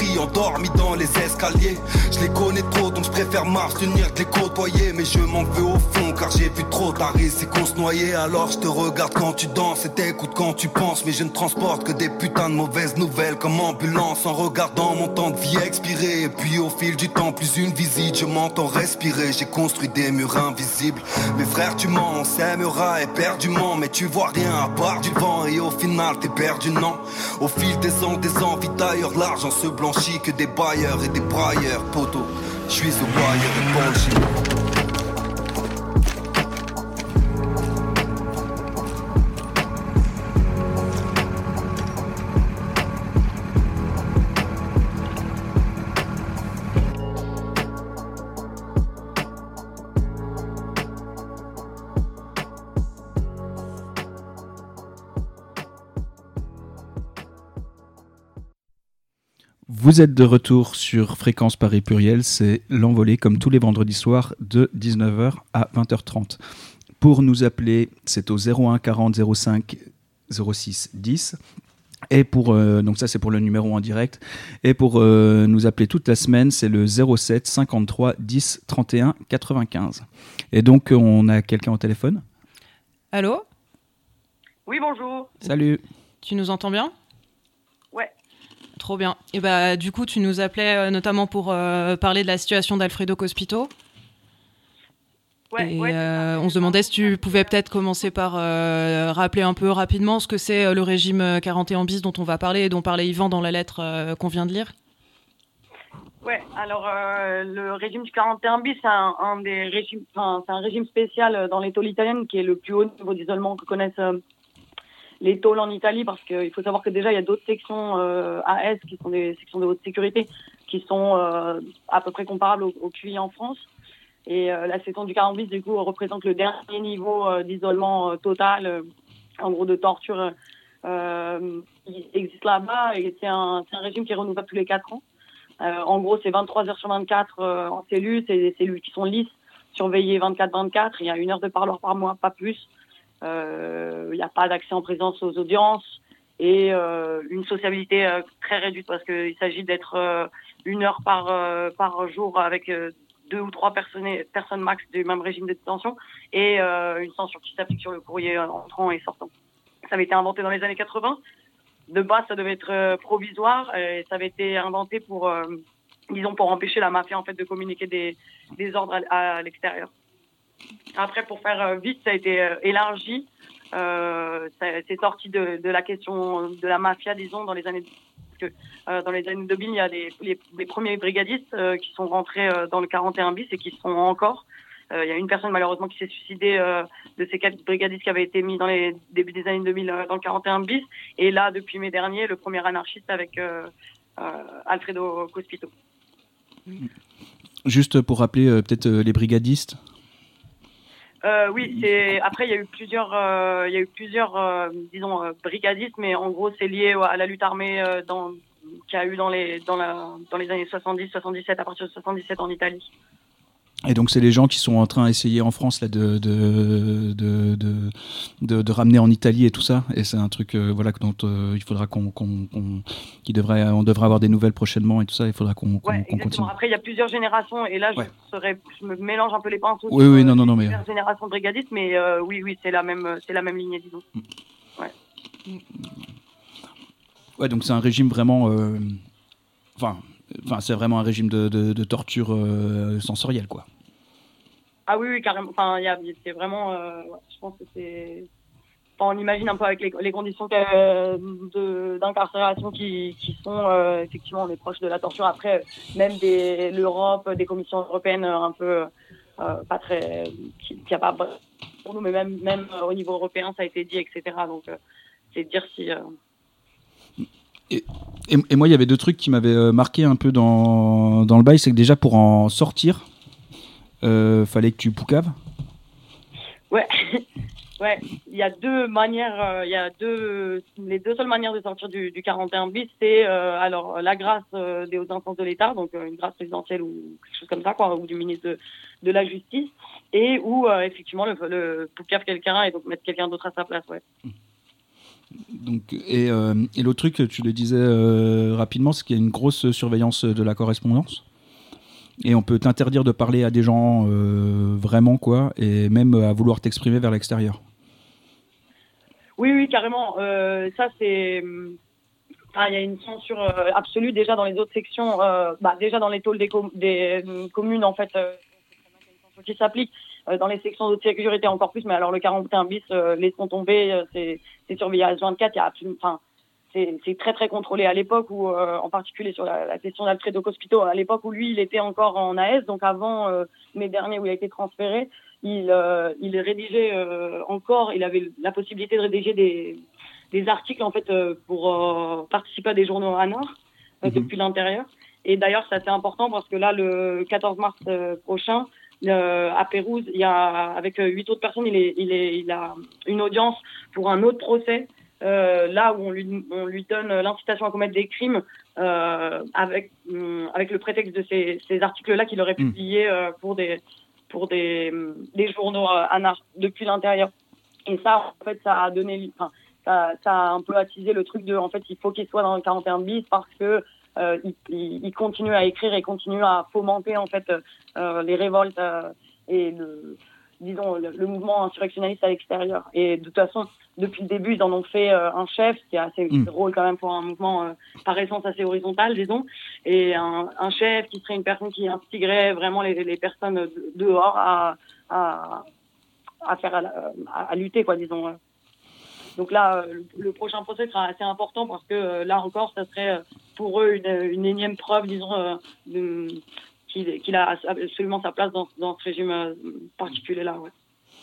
vie endormis dans les escaliers. Je les connais trop donc je préfère m'abstenir de les côtoyer. Mais je m'en veux au fond car j'ai vu trop tard ici qu'on se noyait. Alors je te regarde quand tu danses et t'écoutes quand tu penses. Mais je ne transporte que des putains de mauvaises nouvelles comme ambulance. En regardant mon temps de vie expirer. Et puis au fil du temps plus une visite, je m'entends respirer. J'ai construit des murs invisibles. Mes frères tu mens, on s'aimera éperdument. Mais tu vois rien à part du vent. Et au final t'es perdu non. Au fil des ans, des envies d'ailleurs. L'argent se blanchit que des bailleurs et des brailleurs. Poteau, je suis au bailleur et Banshee. Vous êtes de retour sur Fréquence Paris Pluriel, c'est l'envolée comme tous les vendredis soirs de dix-neuf heures à vingt heures trente. Pour nous appeler, c'est au zéro un quarante zéro cinq zéro six dix. Et pour, euh, donc ça c'est pour le numéro en direct. Et pour euh, nous appeler toute la semaine, c'est le zéro sept cinquante-trois dix trente et un quatre-vingt-quinze. Et donc on a quelqu'un au téléphone. Allô ? Oui, bonjour. Salut. Tu nous entends bien ? Ouais. Trop bien. Et bah du coup, tu nous appelais euh, notamment pour euh, parler de la situation d'Alfredo Cospito. Ouais, et ouais, euh, on se demandait si tu pouvais peut-être commencer par euh, rappeler un peu rapidement ce que c'est euh, le régime quarante et un bis dont on va parler et dont parlait Yvan dans la lettre euh, qu'on vient de lire. Ouais, alors euh, le régime du quarante et un bis, c'est un, un des régimes, enfin, c'est un régime spécial dans les tôles italiennes qui est le plus haut niveau d'isolement que connaissent euh, les tôles en Italie, parce qu'il faut savoir que déjà il y a d'autres sections euh, A S qui sont des sections de haute sécurité qui sont euh, à peu près comparables au, au Q I en France. Et euh, la section du quarante bis du coup représente le dernier niveau euh, d'isolement euh, total, euh, en gros de torture euh, qui existe là-bas. Et c'est un, c'est un régime qui est renouvelable tous les quatre ans. Euh, en gros, c'est vingt-trois heures sur vingt-quatre euh, en cellule, c'est des cellules qui sont lisses, surveillées vingt-quatre vingt-quatre. Il y a une heure de parloir par mois, pas plus. Il euh, n'y a pas d'accès en présence aux audiences et euh, une sociabilité euh, très réduite parce qu'il s'agit d'être euh, une heure par, euh, par jour avec euh, deux ou trois personnes, personnes max du même régime de détention et euh, une censure qui s'applique sur le courrier entrant et sortant. Ça avait été inventé dans les années quatre-vingts. De base, ça devait être euh, provisoire et ça avait été inventé pour, euh, disons, pour empêcher la mafia en fait de communiquer des, des ordres à, à l'extérieur. Après, pour faire euh, vite, ça a été euh, élargi. Euh, ça, c'est sorti de, de la question de la mafia, disons, dans les années. Parce que euh, dans les années deux mille, il y a les, les, les premiers brigadistes euh, qui sont rentrés euh, dans le quarante et un bis et qui sont encore. Euh, il y a une personne malheureusement qui s'est suicidée euh, de ces quatre brigadistes qui avaient été mis dans les débuts des années deux mille euh, dans le quarante et un bis. Et là, depuis mai dernier, le premier anarchiste avec euh, euh, Alfredo Cospito. Juste pour rappeler euh, peut-être euh, les brigadistes. Euh, oui, c'est après il y a eu plusieurs, euh, il y a eu plusieurs, euh, disons euh, brigadistes, mais en gros c'est lié à la lutte armée euh, dans qu'il y a eu dans les dans la dans les années soixante-dix soixante-dix-sept à partir de soixante-dix-sept en Italie. Et donc c'est les gens qui sont en train d'essayer en France là de de, de de de de ramener en Italie et tout ça. Et c'est un truc euh, voilà dont euh, il faudra qu'on qu'on, qu'on qui devrait on devrait avoir des nouvelles prochainement et tout ça. Il faudra qu'on qu'on, ouais, qu'on continue. Après il y a plusieurs générations et là je ouais. serais je me mélange un peu les pinceaux. Oui sur, oui non non non mais plusieurs générations de brigadistes, mais euh, oui oui c'est la même c'est la même lignée disons. Ouais. Ouais donc c'est un régime vraiment euh, enfin Enfin, c'est vraiment un régime de, de, de torture euh, sensorielle, quoi. Ah oui, oui, carrément. Enfin, y a, c'est vraiment. Euh, ouais, je pense que c'est. Enfin, on imagine un peu avec les, les conditions euh, de, d'incarcération qui, qui sont euh, effectivement on est proche de la torture. Après, même des, l'Europe, des commissions européennes un peu euh, pas très, qui, qui a pas pour nous, mais même même au niveau européen, ça a été dit, et cetera. Donc, euh, c'est dire si. Euh, Et, et, et moi, il y avait deux trucs qui m'avaient marqué un peu dans, dans le bail. C'est que déjà, pour en sortir, euh, fallait que tu poucaves. Ouais, ouais. Il y a deux manières. Il euh, y a deux. Les deux seules manières de sortir du, du quarante et un bis, c'est euh, alors la grâce euh, des hautes instances de l'État, donc euh, une grâce présidentielle ou quelque chose comme ça, quoi, ou du ministre de, de la Justice, et où euh, effectivement le, le poucave quelqu'un et donc mettre quelqu'un d'autre à sa place, ouais. Donc, et, euh, et l'autre truc, tu le disais euh, rapidement, c'est qu'il y a une grosse surveillance de la correspondance. Et on peut t'interdire de parler à des gens euh, vraiment, quoi, et même à vouloir t'exprimer vers l'extérieur. Oui, oui, carrément. Euh, ça, c'est... Enfin, il y a une censure euh, absolue déjà dans les autres sections. Euh, bah, déjà dans les tôles des, com- des euh, communes, en fait, euh, il y a une censure qui s'applique. Euh, dans les sections de sécurité encore plus, mais alors le quarante et un bis, euh, laissons tomber, euh, c'est, c'est surveillé à vingt-quatre. Il y a absolument... Enfin, c'est, c'est très très contrôlé à l'époque où, euh, en particulier sur la, la question d'Alfredo Cospito, à l'époque où lui, il était encore en A S, donc avant euh, mai dernier où il a été transféré, il, euh, il rédigeait euh, encore, il avait la possibilité de rédiger des, des articles en fait euh, pour euh, participer à des journaux à Nord euh, mmh. depuis l'intérieur. Et d'ailleurs, c'est assez important parce que là, le quatorze mars euh, prochain, euh, à Pérouse, il y a avec huit autres personnes, il est, il est, il a une audience pour un autre procès. Euh, là où on lui, on lui donne l'incitation à commettre des crimes euh, avec, euh, avec le prétexte de ces, ces articles-là qu'il aurait publiés euh, pour des, pour des, des journaux euh, anards depuis l'intérieur. Et ça, en fait, ça a donné, enfin, ça, ça a un peu attisé le truc de, en fait, il faut qu'il soit dans le quarante et un bis parce que euh, il, il, il continue à écrire et continue à fomenter en fait euh, les révoltes euh, et le, disons, le, le mouvement insurrectionnaliste à l'extérieur. Et de toute façon, depuis le début, ils en ont fait euh, un chef, qui est assez mmh. drôle quand même pour un mouvement euh, par essence assez horizontal, disons, et un, un chef qui serait une personne qui instigerait vraiment les, les personnes de, dehors à, à, à faire à, à, à lutter, quoi, disons. Donc là, le, le prochain procès sera assez important parce que euh, là encore, ça serait pour eux une, une énième preuve, disons, euh, de, qu'il, qu'il a absolument sa place dans, dans ce régime euh, particulier-là, ouais.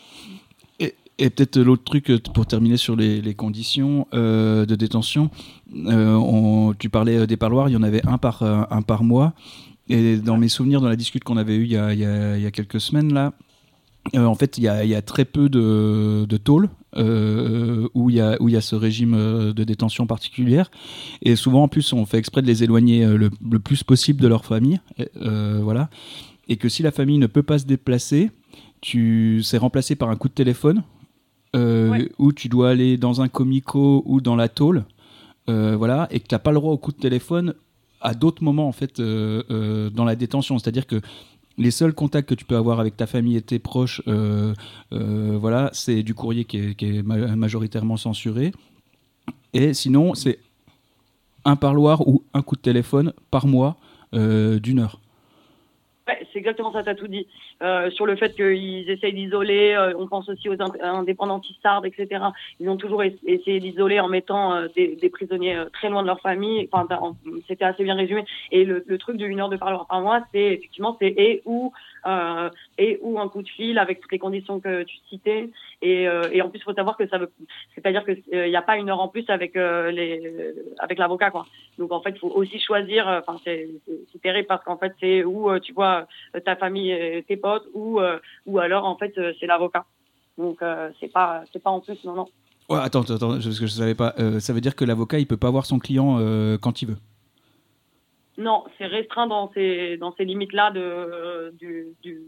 Et, et peut-être l'autre truc pour terminer sur les, les conditions euh, de détention, euh, on, tu parlais des parloirs, il y en avait un par, un par mois, et dans mes souvenirs, dans la discute qu'on avait eue il y a, il y a, il y a quelques semaines, là, euh, en fait, il y a, il y a très peu de, de tôles euh, où, il y a, où il y a ce régime de détention particulière, et souvent, en plus, on fait exprès de les éloigner le, le plus possible de leur famille, euh, voilà, et que si la famille ne peut pas se déplacer, tu c'est remplacé par un coup de téléphone euh, ouais. où tu dois aller dans un comico ou dans la tôle, euh, voilà, et que tu n'as pas le droit au coup de téléphone à d'autres moments en fait euh, euh, dans la détention. C'est-à-dire que les seuls contacts que tu peux avoir avec ta famille et tes proches, euh, euh, voilà, c'est du courrier qui est, qui est ma- majoritairement censuré. Et sinon, c'est un parloir ou un coup de téléphone par mois euh, d'une heure. Ouais, c'est exactement ça, tu as tout dit. Euh, sur le fait qu'ils essayent d'isoler, euh, on pense aussi aux indépendantistes sardes, et cetera. Ils ont toujours es- essayé d'isoler en mettant euh, des, des prisonniers euh, très loin de leur famille. Enfin, en, c'était assez bien résumé. Et le, le truc de une heure de parloir par mois, c'est effectivement, c'est et ou, euh, et ou un coup de fil avec toutes les conditions que tu citais. Et, euh, et en plus, il faut savoir que ça veut, c'est-à-dire que il euh, n'y a pas une heure en plus avec euh, les, avec l'avocat, quoi. Donc en fait, il faut aussi choisir. Enfin, euh, c'est, c'est, c'est terrible parce qu'en fait, c'est où euh, tu vois ta famille, et tes potes, ou euh, ou alors en fait euh, c'est l'avocat. Donc euh, c'est pas c'est pas en plus, non non. Ouais, attends attends, parce que je savais pas. Euh, ça veut dire que l'avocat il peut pas voir son client euh, quand il veut. Non, c'est restreint dans ces dans ces limites là de euh, du, du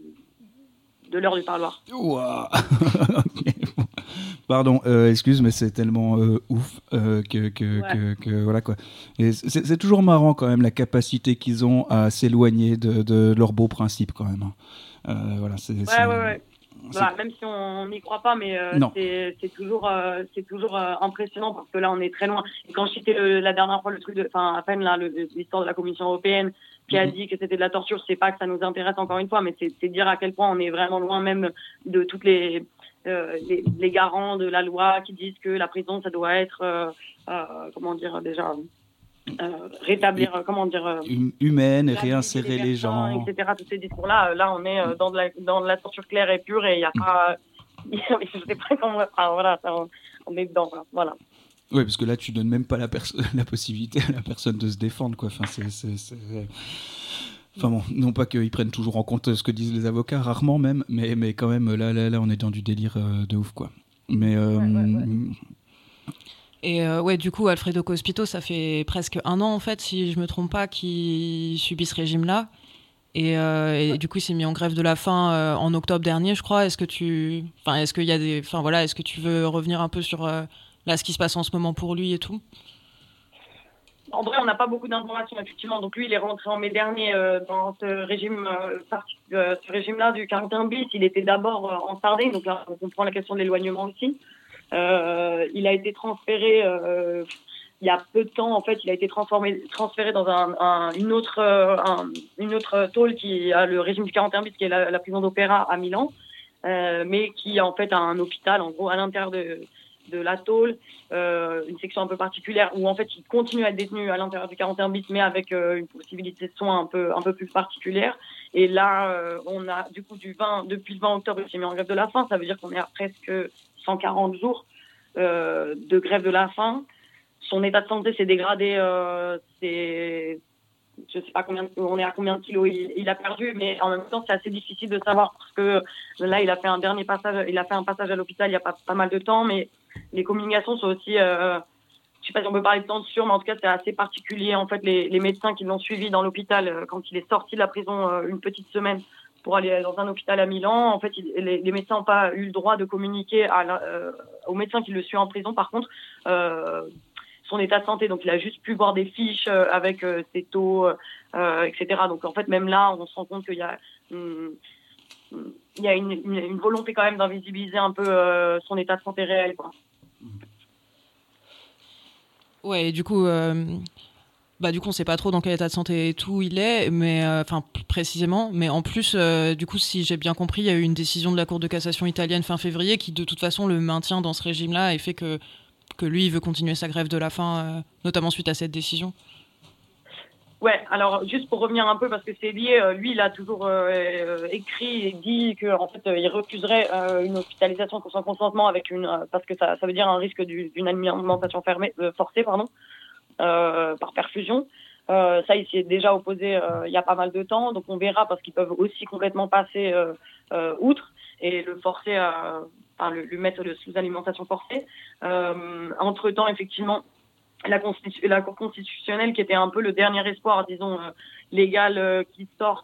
de l'heure du parloir. Wow. Okay. Pardon, euh, excuse, mais c'est tellement euh, ouf euh, que, que, ouais. que, que voilà quoi. Et c'est, c'est toujours marrant quand même la capacité qu'ils ont à s'éloigner de, de leurs beaux principes quand même. Euh, voilà, c'est, ouais, c'est, ouais, ouais. Voilà, même si on n'y croit pas, mais euh, c'est, c'est toujours, euh, c'est toujours euh, impressionnant parce que là, on est très loin. Et quand je citais le, la dernière fois le truc de, enfin, à peine là, le, l'histoire de la Commission européenne qui a mm-hmm. dit que c'était de la torture, c'est pas que ça nous intéresse encore une fois, mais c'est, c'est dire à quel point on est vraiment loin même de toutes les, euh, les, les garants de la loi qui disent que la prison, ça doit être, euh, euh, comment dire déjà. Euh, rétablir, euh, comment dire, euh, humaine et réinsérer les, les gens, et cetera. Tous ces discours-là, là, on est euh, dans de la dans de la torture claire et pure et il y a pas, je sais pas comment, enfin, voilà, ça, on, on est dedans, voilà. Oui, parce que là, tu donnes même pas la, perso- la possibilité à la personne de se défendre, quoi. Enfin, c'est, c'est, c'est... Enfin bon, non pas qu'ils prennent toujours en compte ce que disent les avocats, rarement même, mais mais quand même, là, là, là, on est dans du délire euh, de ouf, quoi. Mais euh, ouais, ouais, ouais. Et euh, ouais, du coup, Alfredo Cospito, ça fait presque un an, en fait, si je me trompe pas, qu'il subit ce régime-là. Et, euh, et du coup, il s'est mis en grève de la faim euh, en octobre dernier, je crois. Est-ce que tu, enfin, est-ce qu'il y a des, enfin voilà, est-ce que tu veux revenir un peu sur euh, là, ce qui se passe en ce moment pour lui et tout? En vrai, on n'a pas beaucoup d'informations, effectivement. Donc lui, il est rentré en mai dernier euh, dans ce régime, euh, parti, euh, ce régime-là du quarante et un bis. Il était d'abord euh, en Sardaigne, donc là, on comprend la question de l'éloignement aussi. Euh, il a été transféré euh, il y a peu de temps. En fait, il a été transformé, transféré dans un, un, une autre, euh, un, une autre tôle qui a le régime du quarante et un bis, qui est la, la prison d'Opéra à Milan, euh, mais qui en fait a un hôpital, en gros, à l'intérieur de de la tôle, euh, une section un peu particulière où en fait il continue à être détenu à l'intérieur du quarante et un bis, mais avec euh, une possibilité de soins un peu un peu plus particulière. Et là, euh, on a du coup du vingt depuis le vingt octobre, il s'est mis en grève de la faim. Ça veut dire qu'on est à presque cent quarante jours euh, de grève de la faim. Son état de santé s'est dégradé. Euh, c'est je sais pas combien, on est à combien de kilos il, il a perdu, mais en même temps c'est assez difficile de savoir parce que là il a fait un dernier passage, il a fait un passage à l'hôpital il y a pas, pas mal de temps, mais les communications sont aussi, euh, je sais pas si on peut parler de tension, mais en tout cas c'est assez particulier. En fait, les, les médecins qui l'ont suivi dans l'hôpital euh, quand il est sorti de la prison euh, une petite semaine pour aller dans un hôpital à Milan, en fait il, les, les médecins n'ont pas eu le droit de communiquer à la, euh, aux médecins qui le suivent en prison. Par contre, euh, son état de santé, donc il a juste pu voir des fiches euh, avec euh, ses taux, euh, et cetera. Donc en fait même là on se rend compte qu'il y a hum, il y a une, une, une volonté quand même d'invisibiliser un peu euh, son état de santé réel, quoi. Ouais, et du coup, euh, bah du coup on sait pas trop dans quel état de santé et tout il est, mais enfin euh, précisément, mais en plus euh, du coup si j'ai bien compris, il y a eu une décision de la Cour de cassation italienne fin février qui de toute façon le maintient dans ce régime-là et fait que que lui, il veut continuer sa grève de la faim, euh, notamment suite à cette décision. Ouais, alors juste pour revenir un peu, parce que c'est lié, euh, lui, il a toujours euh, écrit et dit qu'en fait, euh, il refuserait euh, une hospitalisation sans consentement avec une, euh, parce que ça, ça veut dire un risque du, d'une alimentation fermée, euh, forcée, pardon, euh, par perfusion. Euh, ça, il s'y est déjà opposé euh, il y a pas mal de temps, donc on verra, parce qu'ils peuvent aussi complètement passer euh, euh, outre et le forcer à... Enfin, le, le mettre sous alimentation forcée. Euh, entre-temps, effectivement, la, constitu- la Cour constitutionnelle, qui était un peu le dernier espoir, disons, euh, légal euh, qui sort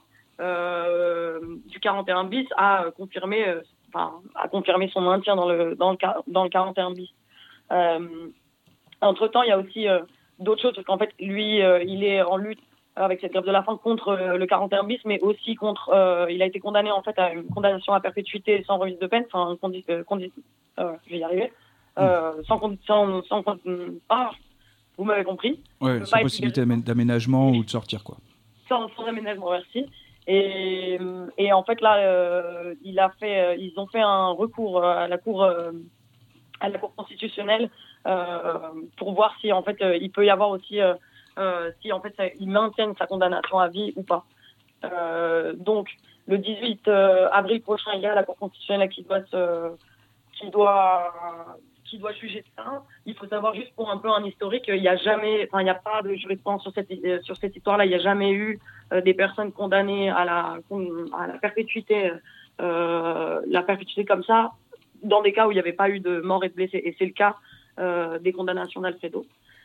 euh, du quarante et un bis, a confirmé, euh, enfin, a confirmé son maintien dans le, dans le, dans le quarante et un bis. Euh, entre-temps, il y a aussi euh, d'autres choses, parce qu'en fait, lui, euh, il est en lutte avec cette grève de la faim contre euh, le quarante et un bis, mais aussi contre, euh, il a été condamné en fait à une condamnation à perpétuité sans remise de peine, enfin, condi- euh, condi- euh, je vais y arriver, euh, mmh. sans condition, sans, sans, ah, vous m'avez compris. Ouais, sans possibilité être... d'aménagement ou de sortir, quoi. Sans, sans aménagement, merci. Et, et en fait là, euh, il a fait, euh, ils ont fait un recours à la cour, euh, à la cour constitutionnelle euh, pour voir si en fait euh, il peut y avoir aussi euh, Euh, si en fait ça, ils maintiennent sa condamnation à vie ou pas. Euh, donc le dix-huit euh, avril prochain, il y a la Cour constitutionnelle qui doit se, qui doit qui doit juger ça. Il faut savoir juste pour un peu un historique, il n'y a jamais, enfin il n'y a pas de jurisprudence sur cette sur cette histoire-là. Il n'y a jamais eu euh, des personnes condamnées à la à la perpétuité, euh, la perpétuité comme ça, dans des cas où il n'y avait pas eu de mort et de blessés. Et c'est le cas euh, des condamnations d'Alfredo.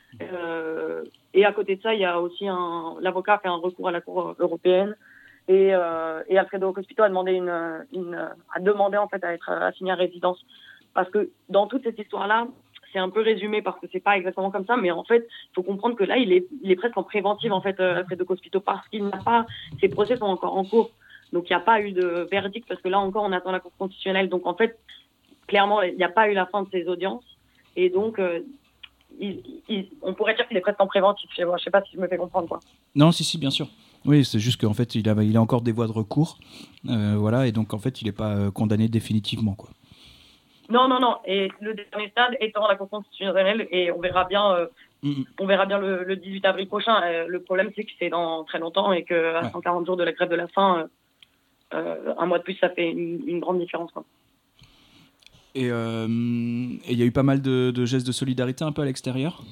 Euh, et à côté de ça, il y a aussi un, l'avocat a fait un recours à la Cour européenne et, euh, et Alfredo Cospito a demandé une, une, a demandé en fait à être assigné à résidence, parce que dans toute cette histoire-là, c'est un peu résumé parce que c'est pas exactement comme ça, mais en fait, il faut comprendre que là, il est, il est presque en préventive en fait, Alfredo Cospito, parce qu'il n'a pas, ses procès sont encore en cours, donc il n'y a pas eu de verdict, parce que là encore, on attend la Cour constitutionnelle, donc en fait, clairement, il n'y a pas eu la fin de ces audiences, et donc euh, Il, il, on pourrait dire qu'il est presque en préventif. Je ne sais pas si je me fais comprendre, quoi. Non, si, si, bien sûr. Oui, c'est juste qu'en fait, il a, il a encore des voies de recours. Euh, voilà, et donc, en fait, il n'est pas condamné définitivement, quoi. Non, non, non. Et le dernier stade étant la Cour constitutionnelle, et on verra bien, euh, mm-hmm. on verra bien le, le dix-huit avril prochain. Euh, le problème, c'est que c'est dans très longtemps et qu'à ouais. cent quarante jours de la grève de la faim, euh, euh, un mois de plus, ça fait une, une grande différence, quoi. Et il euh, y a eu pas mal de, de gestes de solidarité un peu à l'extérieur.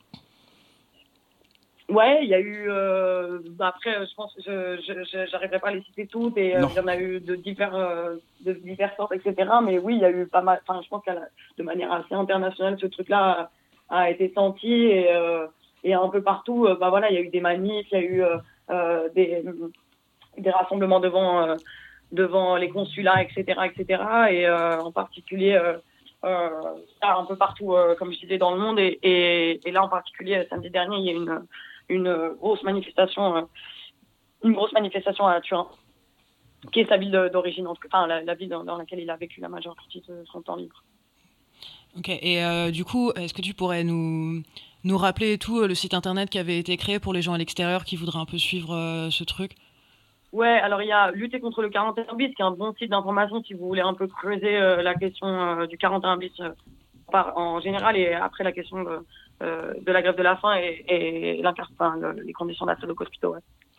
Ouais, il y a eu. Euh, bah après, je pense que je n'arriverai pas à les citer toutes, et il euh, y en a eu de divers, euh, de diverses sortes, et cetera. Mais oui, il y a eu pas mal. Enfin, je pense que de manière assez internationale, ce truc-là a, a été senti, et, euh, et un peu partout. Euh, bah voilà, il y a eu des manifs, il y a eu euh, des, des rassemblements devant. Euh, devant les consulats, et cetera, et cetera. Et euh, en particulier, euh, euh, ça un peu partout, euh, comme je disais, dans le monde. Et, et, et là, en particulier, samedi dernier, il y a une, une grosse manifestation, euh, une grosse manifestation à Turin, qui est sa ville d'origine, en tout cas, enfin, la, la ville dans, dans laquelle il a vécu la majeure partie de son temps libre. Ok, et euh, du coup, est-ce que tu pourrais nous, nous rappeler tout le site internet qui avait été créé pour les gens à l'extérieur qui voudraient un peu suivre euh, ce truc ? Ouais, alors il y a Lutter contre le quarante et un bis, qui est un bon site d'information si vous voulez un peu creuser euh, la question euh, du quarante et un bis euh, par, en général, et après la question de, euh, de la grève de la faim et, et enfin, le, les conditions d'accès aux hôpitaux. Ouais.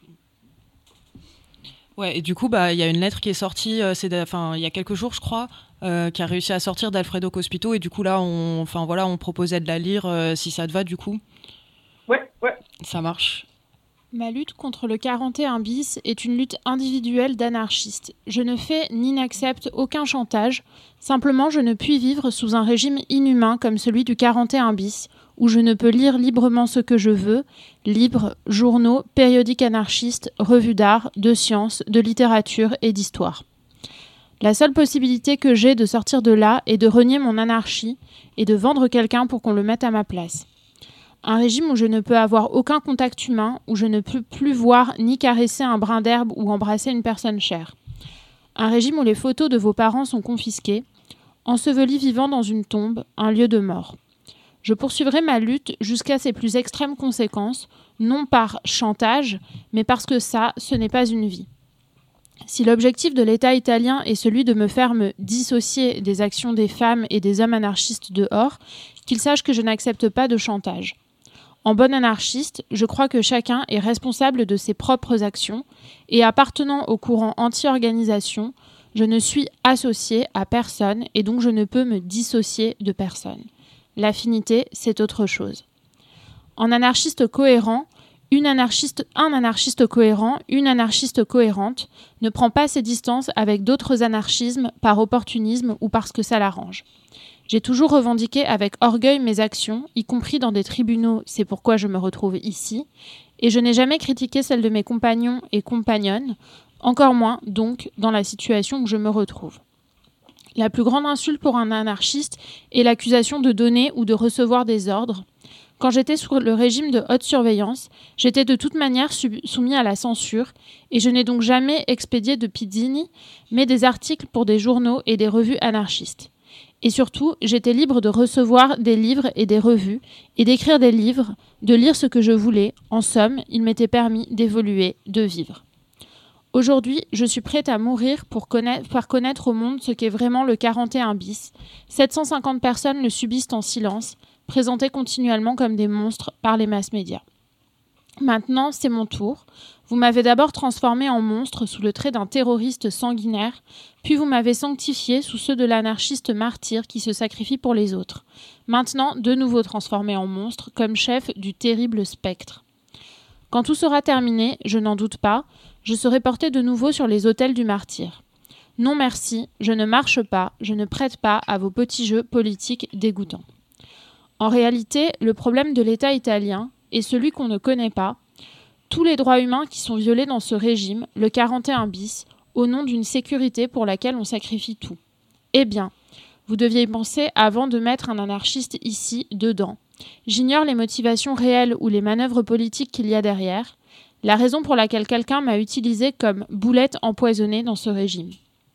Ouais, et du coup, bah, il y a une lettre qui est sortie, euh, c'est, enfin, il y a quelques jours, je crois, euh, qui a réussi à sortir d'Alfredo Cospito, et du coup là, on, enfin voilà, on proposait de la lire, euh, si ça te va, du coup. Ouais, ouais. Ça marche. Ma lutte contre le quarante et un bis est une lutte individuelle d'anarchistes. Je ne fais ni n'accepte aucun chantage, simplement je ne puis vivre sous un régime inhumain comme celui du quarante et un bis, où je ne peux lire librement ce que je veux, livres, journaux, périodiques anarchistes, revues d'art, de sciences, de littérature et d'histoire. La seule possibilité que j'ai de sortir de là est de renier mon anarchie et de vendre quelqu'un pour qu'on le mette à ma place. Un régime où je ne peux avoir aucun contact humain, où je ne peux plus voir ni caresser un brin d'herbe ou embrasser une personne chère. Un régime où les photos de vos parents sont confisquées, ensevelis vivants dans une tombe, un lieu de mort. Je poursuivrai ma lutte jusqu'à ses plus extrêmes conséquences, non par chantage, mais parce que ça, ce n'est pas une vie. Si l'objectif de l'État italien est celui de me faire me dissocier des actions des femmes et des hommes anarchistes dehors, qu'il sache que je n'accepte pas de chantage. En bon anarchiste, je crois que chacun est responsable de ses propres actions et appartenant au courant anti-organisation, je ne suis associé à personne et donc je ne peux me dissocier de personne. L'affinité, c'est autre chose. En anarchiste cohérent, une anarchiste, un anarchiste cohérent, une anarchiste cohérente ne prend pas ses distances avec d'autres anarchismes par opportunisme ou parce que ça l'arrange. J'ai toujours revendiqué avec orgueil mes actions, y compris dans des tribunaux, c'est pourquoi je me retrouve ici, et je n'ai jamais critiqué celles de mes compagnons et compagnonnes, encore moins, donc, dans la situation où je me retrouve. La plus grande insulte pour un anarchiste est l'accusation de donner ou de recevoir des ordres. Quand j'étais sous le régime de haute surveillance, j'étais de toute manière sub- soumis à la censure, et je n'ai donc jamais expédié de pizzini, mais des articles pour des journaux et des revues anarchistes. Et surtout, j'étais libre de recevoir des livres et des revues, et d'écrire des livres, de lire ce que je voulais. En somme, il m'était permis d'évoluer, de vivre. Aujourd'hui, je suis prête à mourir pour connaître, faire connaître au monde ce qu'est vraiment le quarante et un bis. sept cent cinquante personnes le subissent en silence, présentés continuellement comme des monstres par les masses médias. Maintenant, c'est mon tour. Vous m'avez d'abord transformé en monstre sous le trait d'un terroriste sanguinaire, puis vous m'avez sanctifié sous ceux de l'anarchiste martyr qui se sacrifie pour les autres. Maintenant, de nouveau transformé en monstre, comme chef du terrible spectre. Quand tout sera terminé, je n'en doute pas, je serai porté de nouveau sur les autels du martyr. Non merci, je ne marche pas, je ne prête pas à vos petits jeux politiques dégoûtants. En réalité, le problème de l'État italien est celui qu'on ne connaît pas, tous les droits humains qui sont violés dans ce régime, le quarante et un bis, au nom d'une sécurité pour laquelle on sacrifie tout. Eh bien, vous deviez y penser avant de mettre un anarchiste ici, dedans. J'ignore les motivations réelles ou les manœuvres politiques qu'il y a derrière, la raison pour laquelle quelqu'un m'a utilisé comme boulette empoisonnée dans ce régime.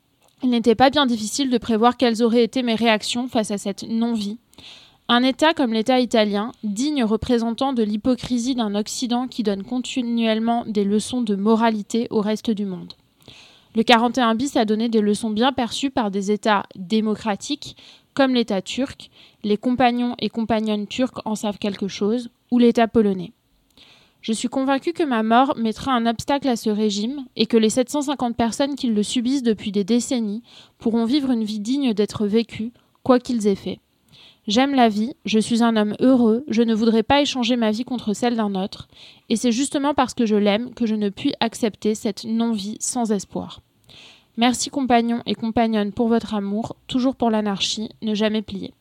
Il n'était pas bien difficile de prévoir quelles auraient été mes réactions face à cette non-vie. Un État comme l'État italien, digne représentant de l'hypocrisie d'un Occident qui donne continuellement des leçons de moralité au reste du monde. Le quarante et un bis a donné des leçons bien perçues par des États démocratiques, comme l'État turc, les compagnons et compagnonnes turcs en savent quelque chose, ou l'État polonais. Je suis convaincue que ma mort mettra un obstacle à ce régime et que les sept cent cinquante personnes qui le subissent depuis des décennies pourront vivre une vie digne d'être vécue, quoi qu'ils aient fait. J'aime la vie, je suis un homme heureux, je ne voudrais pas échanger ma vie contre celle d'un autre, et c'est justement parce que je l'aime que je ne puis accepter cette non-vie sans espoir. Merci compagnons et compagnonnes pour votre amour, toujours pour l'anarchie, ne jamais plier.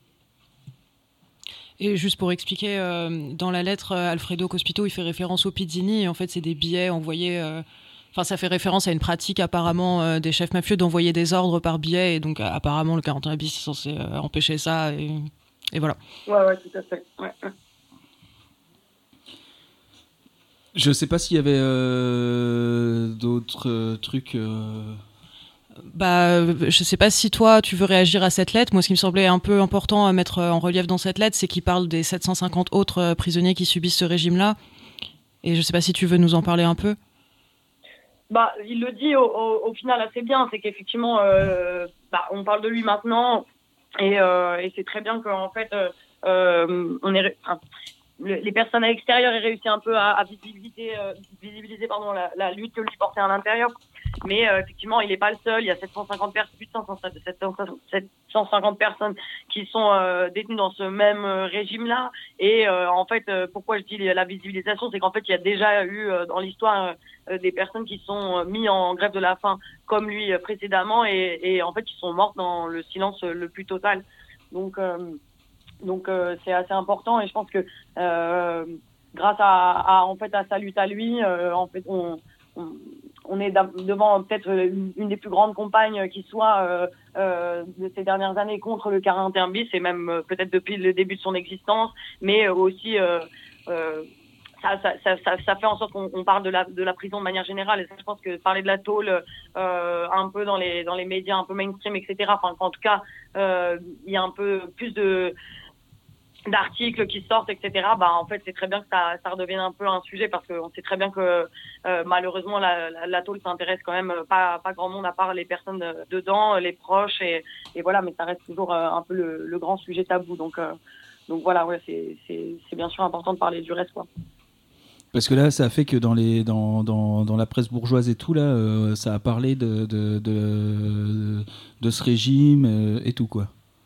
Et juste pour expliquer, euh, dans la lettre, Alfredo Cospito, il fait référence au pizzini, et en fait c'est des billets envoyés euh, Enfin, ça fait référence à une pratique apparemment euh, des chefs mafieux d'envoyer des ordres par billet, et donc euh, apparemment le quarante et un bis est censé euh, empêcher ça, et, et voilà. Ouais, ouais, tout à fait. Ouais. Je sais pas s'il y avait euh, d'autres euh, trucs. Euh... Bah, je sais pas si toi tu veux réagir à cette lettre. Moi, ce qui me semblait un peu important à mettre en relief dans cette lettre, c'est qu'il parle des sept cent cinquante autres prisonniers qui subissent ce régime-là. Et je sais pas si tu veux nous en parler un peu. Bah, il le dit au, au, au final assez bien, c'est qu'effectivement, euh, bah, on parle de lui maintenant, et, euh, et c'est très bien qu'en fait, euh, on est, enfin, le, les personnes à l'extérieur aient réussi un peu à, à visibiliser, euh, visibiliser pardon, la, la lutte que lui portait à l'intérieur. Mais euh, effectivement, il n'est pas le seul. Il y a sept cent cinquante personnes, plus de sept cent cinquante personnes qui sont euh, détenues dans ce même euh, régime-là. Et euh, en fait, euh, pourquoi je dis la visibilisation, c'est qu'en fait, il y a déjà eu euh, dans l'histoire euh, des personnes qui sont euh, mises en grève de la faim, comme lui euh, précédemment, et, et en fait, qui sont mortes dans le silence euh, le plus total. Donc, euh, donc euh, c'est assez important. Et je pense que euh, grâce à, à en fait à sa lutte à lui, euh, en fait, on, on On est devant peut-être une, une des plus grandes campagnes qui soit euh, euh, de ces dernières années contre le quarante et un bis, et même euh, peut-être depuis le début de son existence, mais aussi euh, euh, ça, ça, ça, ça, ça fait en sorte qu'on on parle de la, de la prison de manière générale. Et ça, je pense que parler de la tôle euh, un peu dans les, dans les médias un peu mainstream, et cetera, enfin, en tout cas, euh, il y a un peu plus de d'articles qui sortent, et cetera, bah, en fait, c'est très bien que ça, ça redevienne un peu un sujet, parce qu'on sait très bien que euh, malheureusement, la, la, la tôle s'intéresse quand même pas, pas grand monde à part les personnes dedans, les proches, et, et voilà, mais ça reste toujours euh, un peu le, le grand sujet tabou. Donc, euh, donc voilà, ouais, c'est, c'est, c'est bien sûr important de parler du reste, quoi. Parce que là, ça a fait que dans, les, dans, dans, dans la presse bourgeoise et tout, là, euh, ça a parlé de, de, de, de ce régime euh, et tout, quoi.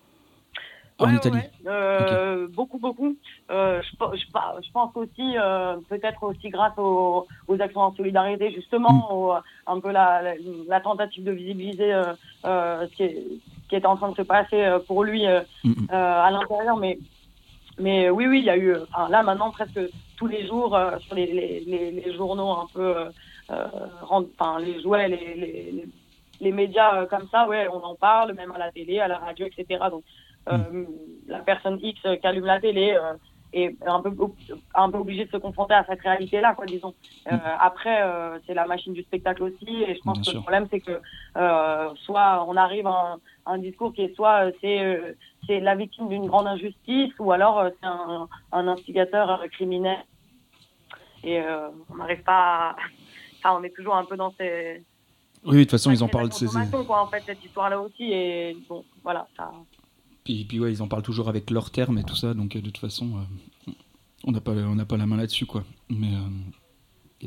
En ouais, Italie. Ouais, euh, okay. Beaucoup, beaucoup. Euh, je, je, je pense aussi, euh, peut-être aussi grâce aux, aux actions en solidarité, justement, mm. au, un peu la, la, la tentative de visibiliser euh, euh, ce, qui est, ce qui est en train de se passer pour lui euh, mm. euh, à l'intérieur. Mais, mais oui, oui, il y a eu, enfin, là maintenant, presque tous les jours, euh, sur les, les, les, les journaux un peu, euh, enfin, les jouets, les, les, les médias euh, comme ça, ouais, on en parle, même à la télé, à la radio, et cetera. Donc, Euh, mmh. la personne X qui allume la télé euh, est un peu, un peu obligée de se confronter à cette réalité-là, quoi, disons. Euh, mmh. Après, euh, c'est la machine du spectacle aussi, et je pense Bien que sûr. Le problème, c'est que euh, soit on arrive à un, un discours qui est soit c'est, euh, c'est la victime d'une grande injustice, ou alors euh, c'est un, un instigateur euh, criminel. Et euh, on n'arrive pas à... Enfin, on est toujours un peu dans ces... Oui, de toute façon, ils en parlent... C'est quoi, en fait, cette histoire-là aussi, et bon, voilà, ça... Puis, puis ouais, ils en parlent toujours avec leurs termes et tout ça, donc de toute façon, euh, on n'a pas, on n'a pas la main là-dessus, quoi. Mais euh,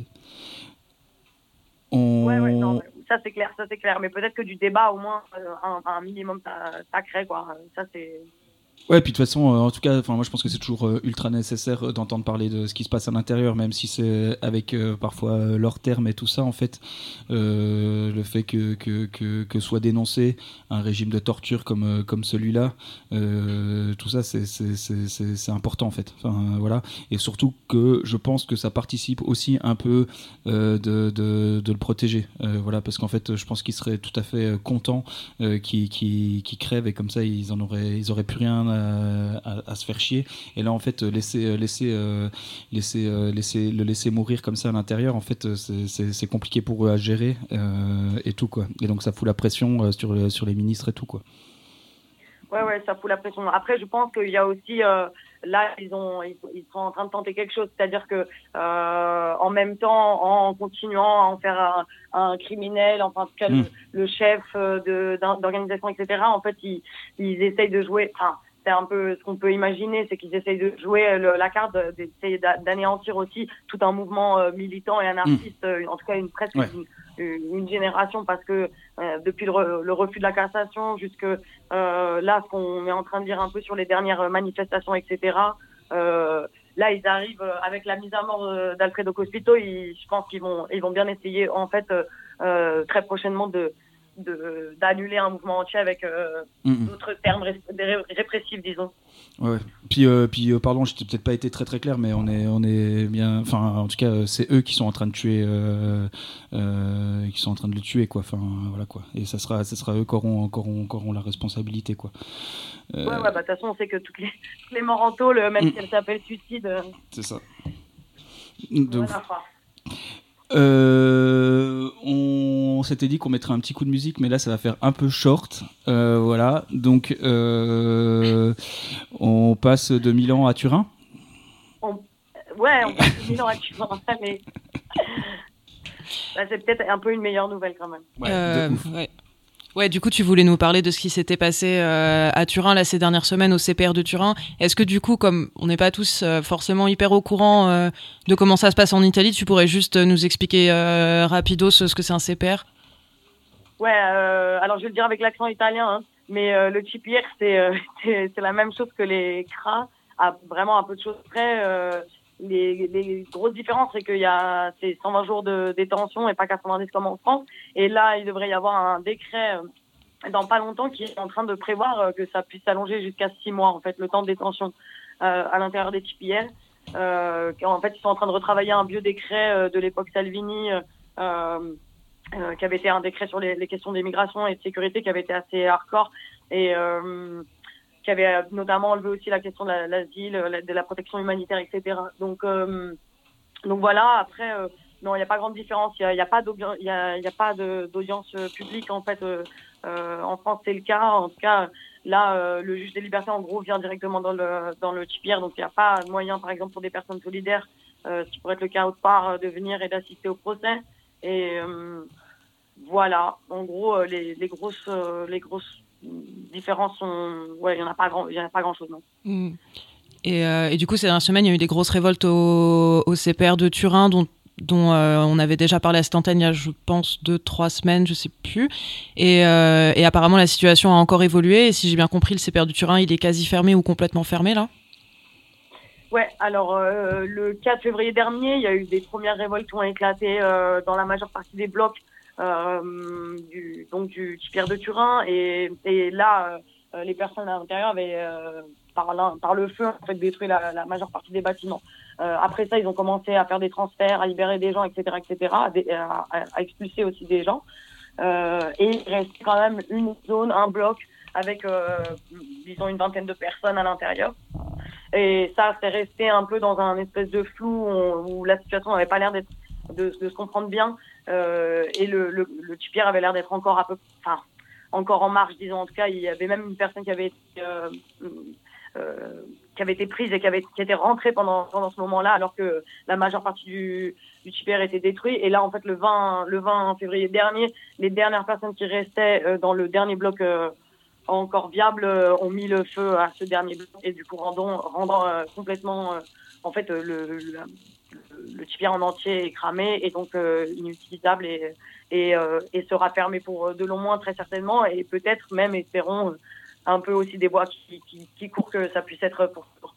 on... ouais, ouais, non, ça c'est clair, ça c'est clair. Mais peut-être que du débat, au moins, un, un minimum, ça, ça crée, quoi. Ça c'est. Ouais, puis de toute façon, euh, en tout cas, moi je pense que c'est toujours euh, ultra nécessaire euh, d'entendre parler de ce qui se passe à l'intérieur, même si c'est avec euh, parfois euh, leurs termes et tout ça, en fait. Euh, le fait que, que, que, que soit dénoncé un régime de torture comme, euh, comme celui-là, euh, tout ça, c'est, c'est, c'est, c'est, c'est important, en fait. Enfin, euh, voilà. Et surtout que je pense que ça participe aussi un peu euh, de, de, de le protéger. Euh, voilà, parce qu'en fait, je pense qu'ils seraient tout à fait contents euh, qu'ils, qu'ils, qu'ils crèvent, et comme ça, ils en auraient, ils auraient plus rien à À, à se faire chier, et là en fait laisser laisser euh, laisser euh, laisser le laisser mourir comme ça à l'intérieur, en fait c'est, c'est, c'est compliqué pour eux à gérer euh, et tout, quoi, et donc ça fout la pression euh, sur sur les ministres et tout, quoi. Ouais, ouais, ça fout la pression. Après, je pense qu'il y a aussi, euh, là, ils ont, ils, ils sont en train de tenter quelque chose, c'est-à-dire que, euh, en même temps, en continuant à en faire un, un criminel, enfin, en tout cas, mmh. le, le chef de, d'organisation, et cetera, en fait, ils, ils essayent de jouer, enfin, c'est un peu ce qu'on peut imaginer, c'est qu'ils essayent de jouer le, la carte, d'essayer d'anéantir aussi tout un mouvement euh, militant et anarchiste, mmh. euh, en tout cas une presque ouais. une, une génération, parce que euh, depuis le, re, le refus de la cassation jusque euh, là, ce qu'on est en train de dire un peu sur les dernières manifestations, et cetera. Euh, là, ils arrivent avec la mise à mort d'Alfredo Cospito. Ils, je pense qu'ils vont, ils vont bien essayer, en fait, euh, très prochainement de de, d'annuler un mouvement entier avec euh, mmh. d'autres termes ré- répressifs, disons. Ouais. Puis, euh, puis euh, pardon, je n'ai peut-être pas été très très clair, mais on est, on est bien. Enfin, en tout cas, c'est eux qui sont en train de tuer, euh, euh, qui sont en train de le tuer, quoi. Enfin, voilà, quoi. Et ça sera, ça sera eux qui auront, qui auront, qui auront la responsabilité, quoi. Euh... Ouais, ouais, bah de toute façon, on sait que toutes les, toutes les morts en tôle, même mmh. si elles s'appellent suicide. Euh... C'est ça. De voilà, Euh, on s'était dit qu'on mettrait un petit coup de musique, mais là ça va faire un peu short. Euh, voilà, donc euh, on passe de Milan à Turin. On... Ouais, on passe de Milan à Turin, mais bah, c'est peut-être un peu une meilleure nouvelle quand même. Ouais, euh, ouais. Ouais, du coup, tu voulais nous parler de ce qui s'était passé euh, à Turin là, ces dernières semaines au C P R de Turin. Est-ce que du coup, comme on n'est pas tous euh, forcément hyper au courant euh, de comment ça se passe en Italie, tu pourrais juste nous expliquer euh, rapidos ce que c'est un C P R ? Ouais, euh, alors je vais le dire avec l'accent italien, hein, mais euh, le C P R, c'est, euh, c'est, c'est la même chose que les C R A, à vraiment un peu de choses près. Euh, Les, les grosses différences, c'est qu'il y a c'est cent vingt jours de détention et pas quatre-vingt-dix comme en France. Et là, il devrait y avoir un décret euh, dans pas longtemps qui est en train de prévoir euh, que ça puisse s'allonger jusqu'à six mois, en fait, le temps de détention euh, à l'intérieur des C P R. Euh, en fait, ils sont en train de retravailler un vieux décret euh, de l'époque Salvini, euh, euh, qui avait été un décret sur les, les questions d'immigration et de sécurité qui avait été assez hardcore et euh, qui avait notamment enlevé aussi la question de la, l'asile, la, de la protection humanitaire, et cetera. Donc, euh, donc voilà. Après, euh, non, il n'y a pas grande différence. Il n'y a, a pas d'audience, il y a, y a pas de, d'audience publique en fait. Euh, euh, en France, c'est le cas. En tout cas, là, euh, le juge des libertés, en gros, vient directement dans le dans le C P R. Donc, il n'y a pas de moyen, par exemple, pour des personnes solidaires, euh, ce qui pourrait être le cas autre part, de venir et d'assister au procès. Et euh, voilà. En gros, les, les grosses, les grosses différences sont, ouais, il y en a pas grand, il y en a pas grand chose, non. Mmh. Et, euh, et du coup, ces dernières semaines, il y a eu des grosses révoltes au, au C P R de Turin, dont, dont euh, on avait déjà parlé à cette antenne il y a, je pense, deux, trois semaines, je sais plus. Et, euh, et apparemment, la situation a encore évolué. Et si j'ai bien compris, le C P R de Turin, il est quasi fermé ou complètement fermé là. Ouais, alors euh, le quatre février dernier, il y a eu des premières révoltes qui ont éclaté euh, dans la majeure partie des blocs. Euh, du, donc du C P R de Turin et, et là euh, les personnes à l'intérieur avaient euh, par, par le feu en fait détruit la, la majeure partie des bâtiments. Euh, après ça ils ont commencé à faire des transferts, à libérer des gens, etc, etc, à, à, à expulser aussi des gens euh, et il restait quand même une zone, un bloc avec euh, disons une vingtaine de personnes à l'intérieur et ça c'est resté un peu dans un espèce de flou où, où la situation n'avait pas l'air d'être De, de se comprendre bien euh, et le, le, le C P R avait l'air d'être encore à peu, enfin encore en marche, disons. En tout cas, il y avait même une personne qui avait été, euh, euh, qui avait été prise et qui avait qui était rentrée pendant pendant ce moment-là, alors que la majeure partie du, du C P R était détruite. Et là, en fait, le vingt le vingt février dernier, les dernières personnes qui restaient euh, dans le dernier bloc euh, encore viable euh, ont mis le feu à ce dernier bloc et du coup rendant rendant euh, complètement euh, en fait euh, le, le le C P R en entier est cramé et donc euh, inutilisable et, et, euh, et sera fermé pour de longs mois très certainement et peut-être même, espérons, un peu aussi des voies qui, qui, qui courent que ça puisse être pour toujours.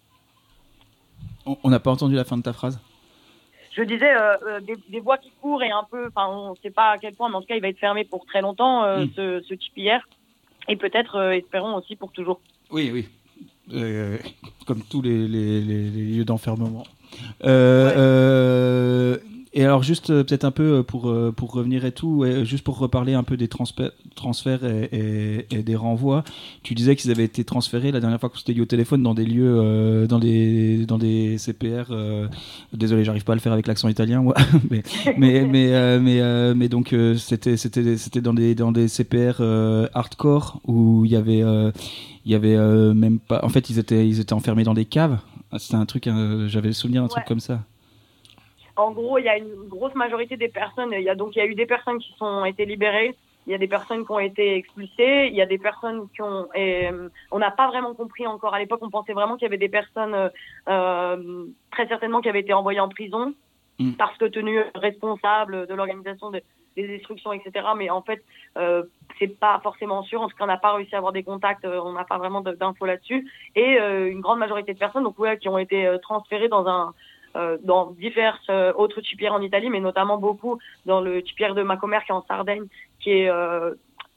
On n'a pas entendu la fin de ta phrase. Je disais euh, des, des voies qui courent et un peu, enfin on ne sait pas à quel point, mais en tout cas il va être fermé pour très longtemps euh, mmh. ce, ce C P R et peut-être, euh, espérons aussi pour toujours. Oui, oui. Euh, comme tous les, les, les, les lieux d'enfermement. Euh, ouais. euh, et alors juste euh, peut-être un peu pour, euh, pour revenir et tout, et juste pour reparler un peu des transpe- transferts et, et, et des renvois, tu disais qu'ils avaient été transférés la dernière fois qu'on s'était dit au téléphone dans des lieux, euh, dans, des, dans des C P R, euh, désolé j'arrive pas à le faire avec l'accent italien moi, mais, mais, mais, euh, mais, euh, mais donc euh, c'était, c'était, c'était dans, des, dans des C P R euh, hardcore où il y avait, euh, il y avait euh, même pas, en fait ils étaient, ils étaient enfermés dans des caves. C'était un truc, euh, j'avais le souvenir d'un ouais. truc comme ça. En gros, il y a une grosse majorité des personnes. Il y a donc il y a eu des personnes qui sont été libérées. Il y a des personnes qui ont été expulsées. Il y a des personnes qui ont. Et, euh, on n'a pas vraiment compris encore. À l'époque, on pensait vraiment qu'il y avait des personnes euh, très certainement qui avaient été envoyées en prison mmh. parce que tenues responsables de l'organisation de, des destructions, et cetera. Mais en fait, euh, c'est pas forcément sûr. En tout cas, on n'a pas réussi à avoir des contacts. On n'a pas vraiment d'infos là-dessus. Et euh, une grande majorité de personnes, donc ouais, qui ont été euh, transférées dans un euh, dans diverses euh, autres C P R en Italie, mais notamment beaucoup dans le C P R de Macomer qui est en Sardaigne, qui est euh,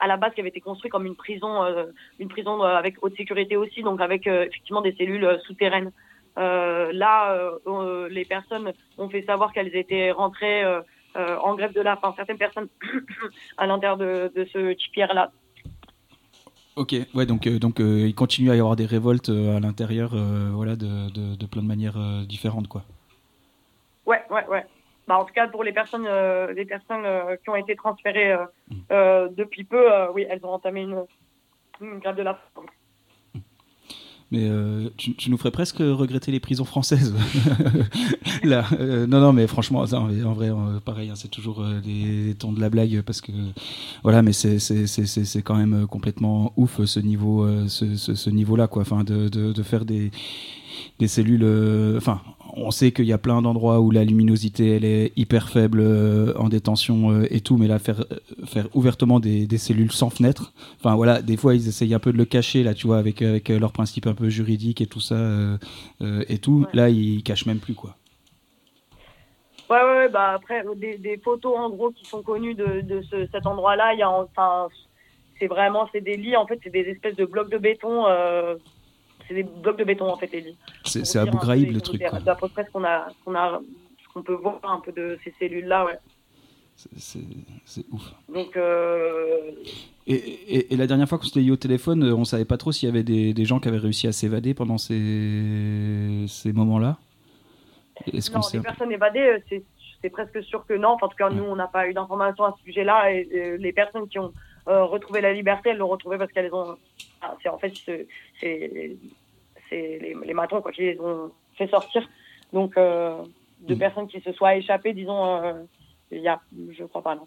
à la base qui avait été construit comme une prison, euh, une prison euh, avec haute sécurité aussi, donc avec euh, effectivement des cellules euh, souterraines. Euh, là, euh, euh, les personnes ont fait savoir qu'elles étaient rentrées euh, euh, en grève de la faim, certaines personnes à l'intérieur de, de ce tipière-là. Ok, ouais, donc, euh, donc euh, il continue à y avoir des révoltes euh, à l'intérieur, euh, voilà, de, de, de plein de manières euh, différentes, quoi. Ouais, ouais, ouais. Bah, en tout cas, pour les personnes, euh, les personnes euh, qui ont été transférées euh, euh, depuis peu, euh, oui, elles ont entamé une, une grève de la faim. Mais euh, tu, tu nous ferais presque regretter les prisons françaises. Là, euh, non, non, mais franchement, ça, en vrai, euh, pareil, hein, c'est toujours euh, des, des tons de la blague parce que voilà, mais c'est c'est c'est c'est, c'est quand même complètement ouf ce niveau, euh, ce, ce, ce niveau-là, quoi. Enfin, de de de faire des des cellules. Enfin, euh, on sait qu'il y a plein d'endroits où la luminosité elle est hyper faible euh, en détention euh, et tout, mais là faire faire ouvertement des, des cellules sans fenêtre. Enfin voilà, des fois ils essayent un peu de le cacher là, tu vois, avec avec leurs principes un peu juridiques et tout ça euh, euh, et tout. Ouais. Là ils cachent même plus, quoi. Ouais ouais, ouais bah après des, des photos en gros qui sont connues de de ce, cet endroit-là, il y a enfin c'est vraiment c'est des lits en fait, c'est des espèces de blocs de béton. Euh, C'est des blocs de béton en fait, les lits. C'est, c'est Abu Ghraib le truc. C'est à peu près ce qu'on a, ce qu'on a, ce qu'on peut voir un peu de ces cellules-là, ouais. C'est, c'est, c'est ouf. Donc. Euh... Et, et, et la dernière fois qu'on s'était eu au téléphone, on savait pas trop s'il y avait des, des gens qui avaient réussi à s'évader pendant ces, ces moments-là. Est-ce non, qu'on des sait... personnes évadées, c'est, c'est presque sûr que non. Enfin, en tout cas, ouais. Nous, on n'a pas eu d'informations à ce sujet-là. Et, et les personnes qui ont euh, retrouvé la liberté, elles l'ont retrouvée parce qu'elles ont. Ah, c'est en fait c'est, c'est, c'est les, les matons quoi, qui les ont fait sortir. Donc euh, de mmh. personnes qui se soient échappées, disons, il euh, y a, je crois pas, non.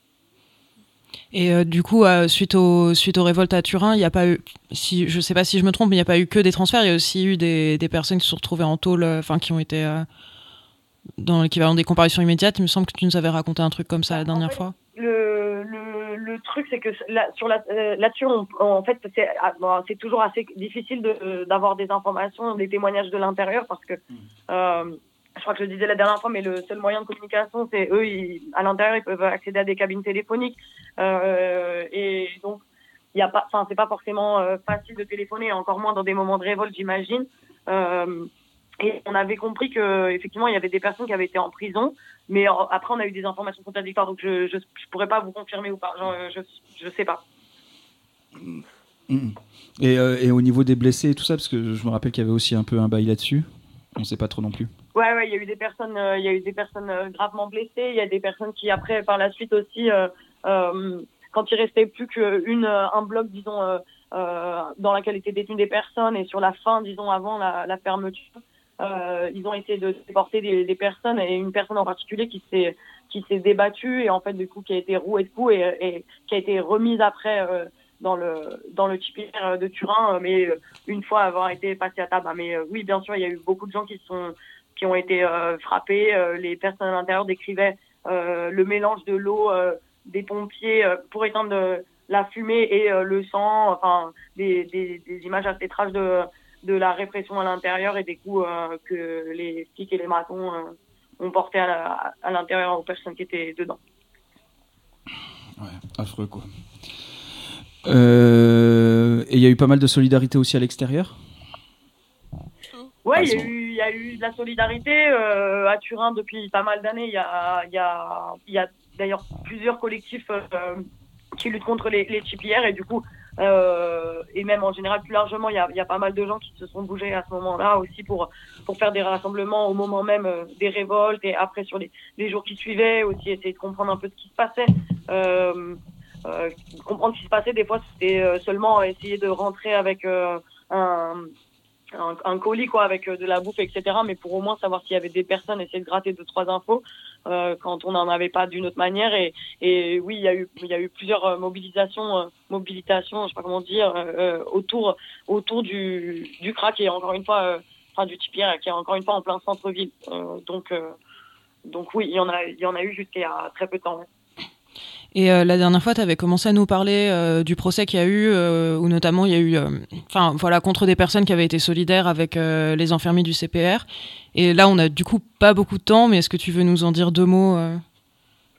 Et euh, du coup, euh, suite, au, suite aux révoltes à Turin, il n'y a pas eu, si, je ne sais pas si je me trompe, mais il n'y a pas eu que des transferts, il y a aussi eu des, des personnes qui se sont retrouvées en tôle, enfin qui ont été euh, dans l'équivalent des comparutions immédiates. Il me semble que tu nous avais raconté un truc comme ça la dernière en fait, fois. Le, le, le truc, c'est que là, sur la, euh, là-dessus, on, en fait, c'est, bon, c'est toujours assez difficile de, d'avoir des informations, des témoignages de l'intérieur, parce que euh, je crois que je le disais la dernière fois, mais le seul moyen de communication, c'est eux, ils, à l'intérieur, ils peuvent accéder à des cabines téléphoniques, euh, et donc il y a pas, enfin, c'est pas forcément euh, facile de téléphoner, encore moins dans des moments de révolte, j'imagine. Euh, Et on avait compris que effectivement il y avait des personnes qui avaient été en prison, mais après on a eu des informations contradictoires, donc je je, je pourrais pas vous confirmer ou pas, genre, je je sais pas. Et, euh, et au niveau des blessés et tout ça, parce que je me rappelle qu'il y avait aussi un peu un bail là-dessus, on sait pas trop non plus. Ouais ouais, il y a eu des personnes, euh, il y a eu des personnes euh, gravement blessées, il y a des personnes qui après par la suite aussi, euh, euh, quand il restait plus qu'une un bloc disons euh, euh, dans lequel étaient détenues des personnes et sur la fin disons avant la, la fermeture. Euh, ils ont essayé de déporter des, des personnes et une personne en particulier qui s'est qui s'est débattue et en fait du coup qui a été rouée de coups et, et qui a été remise après euh, dans le dans le tipière de Turin, mais euh, une fois avoir été passé à tabac. Mais euh, oui, bien sûr, il y a eu beaucoup de gens qui sont qui ont été euh, frappés. Euh, les personnes à l'intérieur décrivaient euh, le mélange de l'eau euh, des pompiers euh, pour éteindre de, la fumée et euh, le sang. Enfin, des, des des images assez trash de de la répression à l'intérieur et des coups euh, que les flics et les matons euh, ont portés à, la, à l'intérieur aux personnes qui étaient dedans. Ouais, affreux quoi. Euh, et il y a eu pas mal de solidarité aussi à l'extérieur ? Ouais, il y a eu, il y a eu de la solidarité euh, à Turin depuis pas mal d'années. Il y a, il y a, il y a d'ailleurs plusieurs collectifs euh, qui luttent contre les, les tipières et du coup, Euh, et même en général plus largement il y a, il y a pas mal de gens qui se sont bougés à ce moment-là aussi pour pour faire des rassemblements au moment même euh, des révoltes et après sur les, les jours qui suivaient aussi essayer de comprendre un peu ce qui se passait euh, euh, comprendre ce qui se passait des fois c'était euh, seulement essayer de rentrer avec euh, un Un, un colis quoi avec euh, de la bouffe etc, mais pour au moins savoir s'il y avait des personnes, essayer de gratter deux trois infos euh, quand on n'en avait pas d'une autre manière et, et oui il y a eu il y a eu plusieurs euh, mobilisations euh, mobilisations je sais pas comment dire euh, autour autour du du crack et encore une fois euh, enfin du tipière qui est encore une fois en plein centre-ville euh, donc euh, donc oui il y en a il y en a eu jusqu'à il y a très peu de temps ouais. Et euh, la dernière fois, tu avais commencé à nous parler euh, du procès qu'il y a eu, euh, où notamment il y a eu, enfin euh, voilà, contre des personnes qui avaient été solidaires avec euh, les infirmiers du C P R. Et là, on a du coup pas beaucoup de temps, mais est-ce que tu veux nous en dire deux mots euh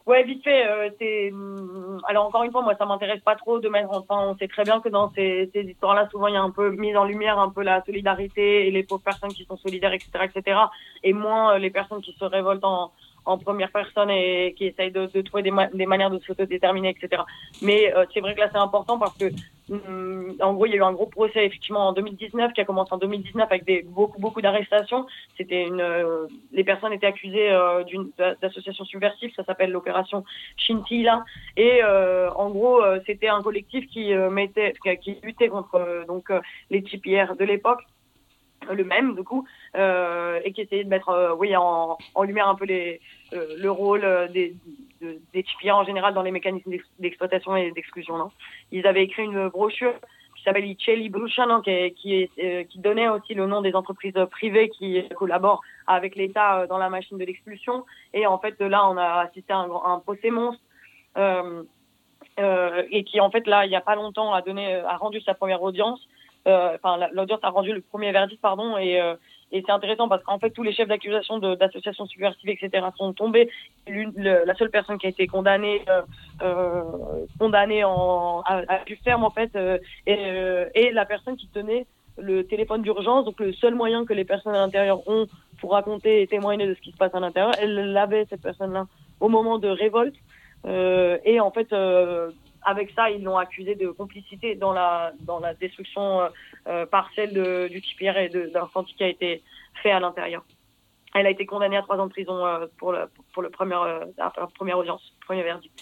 Ouais, vite fait. Euh, c'est... Alors encore une fois, moi, ça m'intéresse pas trop de mettre. Enfin, on sait très bien que dans ces, ces histoires-là, souvent, il y a un peu mis en lumière un peu la solidarité et les pauvres personnes qui sont solidaires, et cetera, et cetera. Et moins euh, les personnes qui se révoltent en, en première personne et qui essayent de, de trouver des, ma- des manières de s'autodéterminer, et cetera. Mais euh, c'est vrai que là, c'est important parce que, hum, en gros, il y a eu un gros procès effectivement en deux mille dix-neuf qui a commencé en deux mille dix-neuf avec des beaucoup beaucoup d'arrestations. C'était une, euh, les personnes étaient accusées euh, d'une d'association subversive, ça s'appelle l'opération Chintila. Et euh, en gros, euh, c'était un collectif qui euh, mettait, qui luttait contre euh, donc euh, les T P R de l'époque, le même du coup, euh, et qui essayait de mettre, euh, oui, en, en lumière un peu les, euh, le rôle euh, des, de, des T P R en général dans les mécanismes d'ex- d'exploitation et d'exclusion. Non, ils avaient écrit une brochure qui s'appelle Iceli Brucha, non, qui, est, qui, est, euh, qui donnait aussi le nom des entreprises privées qui collaborent avec l'État euh, dans la machine de l'expulsion. Et en fait, là, on a assisté à un, un procès monstre. Euh, euh, et qui en fait là il y a pas longtemps a donné a rendu sa première audience, enfin euh, l'audience a rendu le premier verdict pardon et euh, et c'est intéressant parce qu'en fait tous les chefs d'accusation de, d'associations subversives etc sont tombés. L'une, le, la seule personne qui a été condamnée euh, euh, condamnée en à, à du ferme en fait euh, et, euh, et la personne qui tenait le téléphone d'urgence, donc le seul moyen que les personnes à l'intérieur ont pour raconter et témoigner de ce qui se passe à l'intérieur, elle l'avait cette personne-là au moment de révolte. Euh, et en fait, euh, avec ça, ils l'ont accusé de complicité dans la dans la destruction euh, euh, partielle de, du T P R et de, d'un incendie qui a été fait à l'intérieur. Elle a été condamnée à trois ans de prison euh, pour le pour le premier euh, la première audience, premier verdict.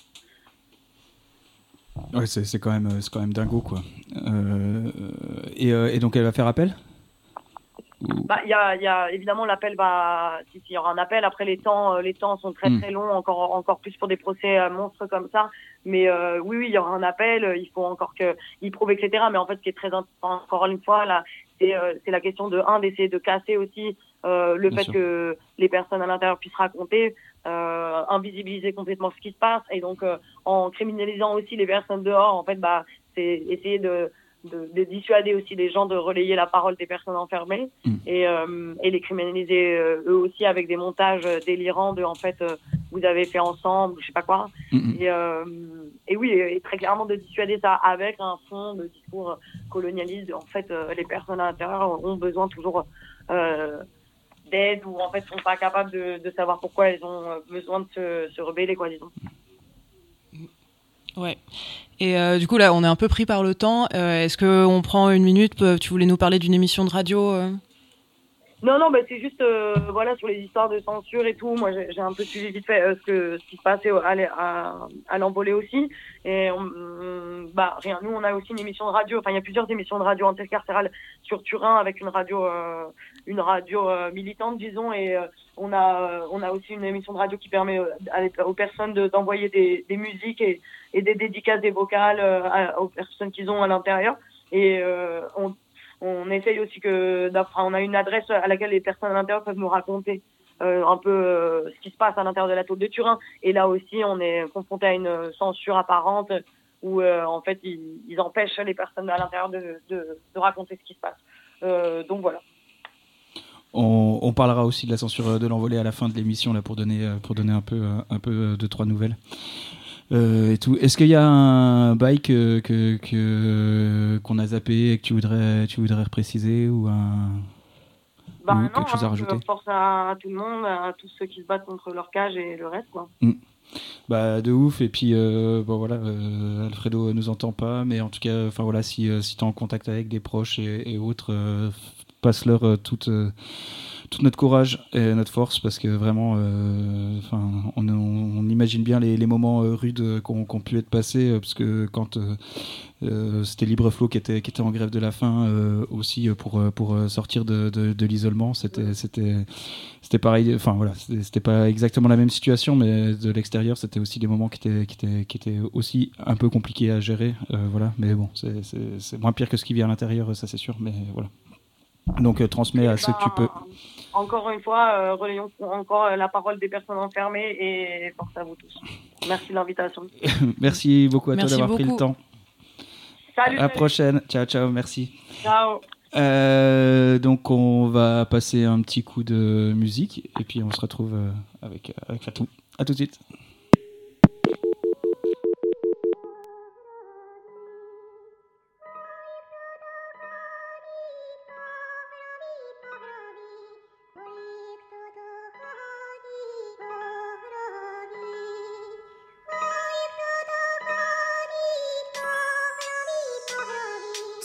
Ouais, c'est, c'est quand même c'est quand même dingo quoi. Euh, et, euh, et donc elle va faire appel. Bah, il y a, y a évidemment l'appel va, si, si, il y aura un appel. Après les temps, les temps sont très très longs, encore encore plus pour des procès euh, monstres comme ça. Mais euh, oui, oui, il y aura un appel. Il faut encore que il prouve, et cetera. Mais en fait, ce qui est très important, encore une fois, là, c'est euh, c'est la question de un d'essayer de casser aussi euh, le Bien fait sûr. que les personnes à l'intérieur puissent raconter, euh, invisibiliser complètement ce qui se passe, et donc euh, en criminalisant aussi les personnes dehors, en fait, bah, c'est essayer de De, de dissuader aussi les gens de relayer la parole des personnes enfermées mmh. et, euh, et les criminaliser euh, eux aussi avec des montages délirants de en fait euh, vous avez fait ensemble je sais pas quoi mmh. et, euh, et oui et très clairement de dissuader ça avec un fond de discours colonialiste. En fait euh, les personnes à l'intérieur ont besoin toujours euh, d'aide ou en fait sont pas capables de, de savoir pourquoi elles ont besoin de se, se rebeller quoi disons. Ouais. Et euh, du coup là on est un peu pris par le temps. Euh, est-ce qu'on prend une minute? Tu voulais nous parler d'une émission de radio euh... Non, non, bah, c'est juste euh, voilà, sur les histoires de censure et tout. Moi, j'ai, j'ai un peu suivi vite fait euh, ce, que, ce qui se passait à, à, à l'Envolée aussi. Et on, bah, rien, nous, on a aussi une émission de radio. Enfin, il y a plusieurs émissions de radio intercarcérales sur Turin avec une radio, euh, une radio euh, militante, disons. Et euh, on, a, on a aussi une émission de radio qui permet euh, à, aux personnes de, d'envoyer des, des musiques et, et des dédicaces, des vocales euh, à, aux personnes qu'ils ont à l'intérieur. Et euh, on On essaye aussi que, enfin, on a une adresse à laquelle les personnes à l'intérieur peuvent nous raconter euh, un peu euh, ce qui se passe à l'intérieur de la tôle de Turin. Et là aussi, on est confronté à une censure apparente où, euh, en fait, ils, ils empêchent les personnes à l'intérieur de, de, de raconter ce qui se passe. Euh, donc voilà. On, on parlera aussi de la censure de l'Envolée à la fin de l'émission là pour donner pour donner un peu un peu deux trois nouvelles. Euh, et tout. Est-ce qu'il y a un bail que, que, que, qu'on a zappé et que tu voudrais, tu voudrais repréciser ou, un, bah ou non, quelque chose à rajouter? Je force à, à tout le monde, à tous ceux qui se battent contre leur cage et le reste. Quoi. Mm. Bah, de ouf. Et puis, euh, bon, voilà, euh, Alfredo nous entend pas, mais en tout cas, enfin voilà, si, euh, si tu es en contact avec des proches et, et autres, euh, passe-leur euh, toute. Euh, tout notre courage et notre force parce que vraiment euh, enfin on, on, on imagine bien les, les moments euh, rudes qu'on, qu'on pu être passés euh, parce que quand euh, euh, c'était Libreflow qui était qui était en grève de la faim euh, aussi pour pour sortir de, de, de l'isolement, c'était c'était c'était pareil, enfin voilà, c'était, c'était pas exactement la même situation, mais de l'extérieur c'était aussi des moments qui étaient qui étaient qui étaient aussi un peu compliqués à gérer, euh, voilà, mais bon c'est, c'est c'est moins pire que ce qui vient à l'intérieur, ça c'est sûr, mais voilà. Donc euh, transmets à ceux que tu peux. Encore une fois, euh, relayons encore la parole des personnes enfermées et force à vous tous. Merci de l'invitation. Merci beaucoup à merci toi d'avoir beaucoup. pris le temps. Salut. À la prochaine. Ciao, ciao, merci. Ciao. Euh, donc on va passer un petit coup de musique et puis on se retrouve avec, avec Fatou. À tout de suite.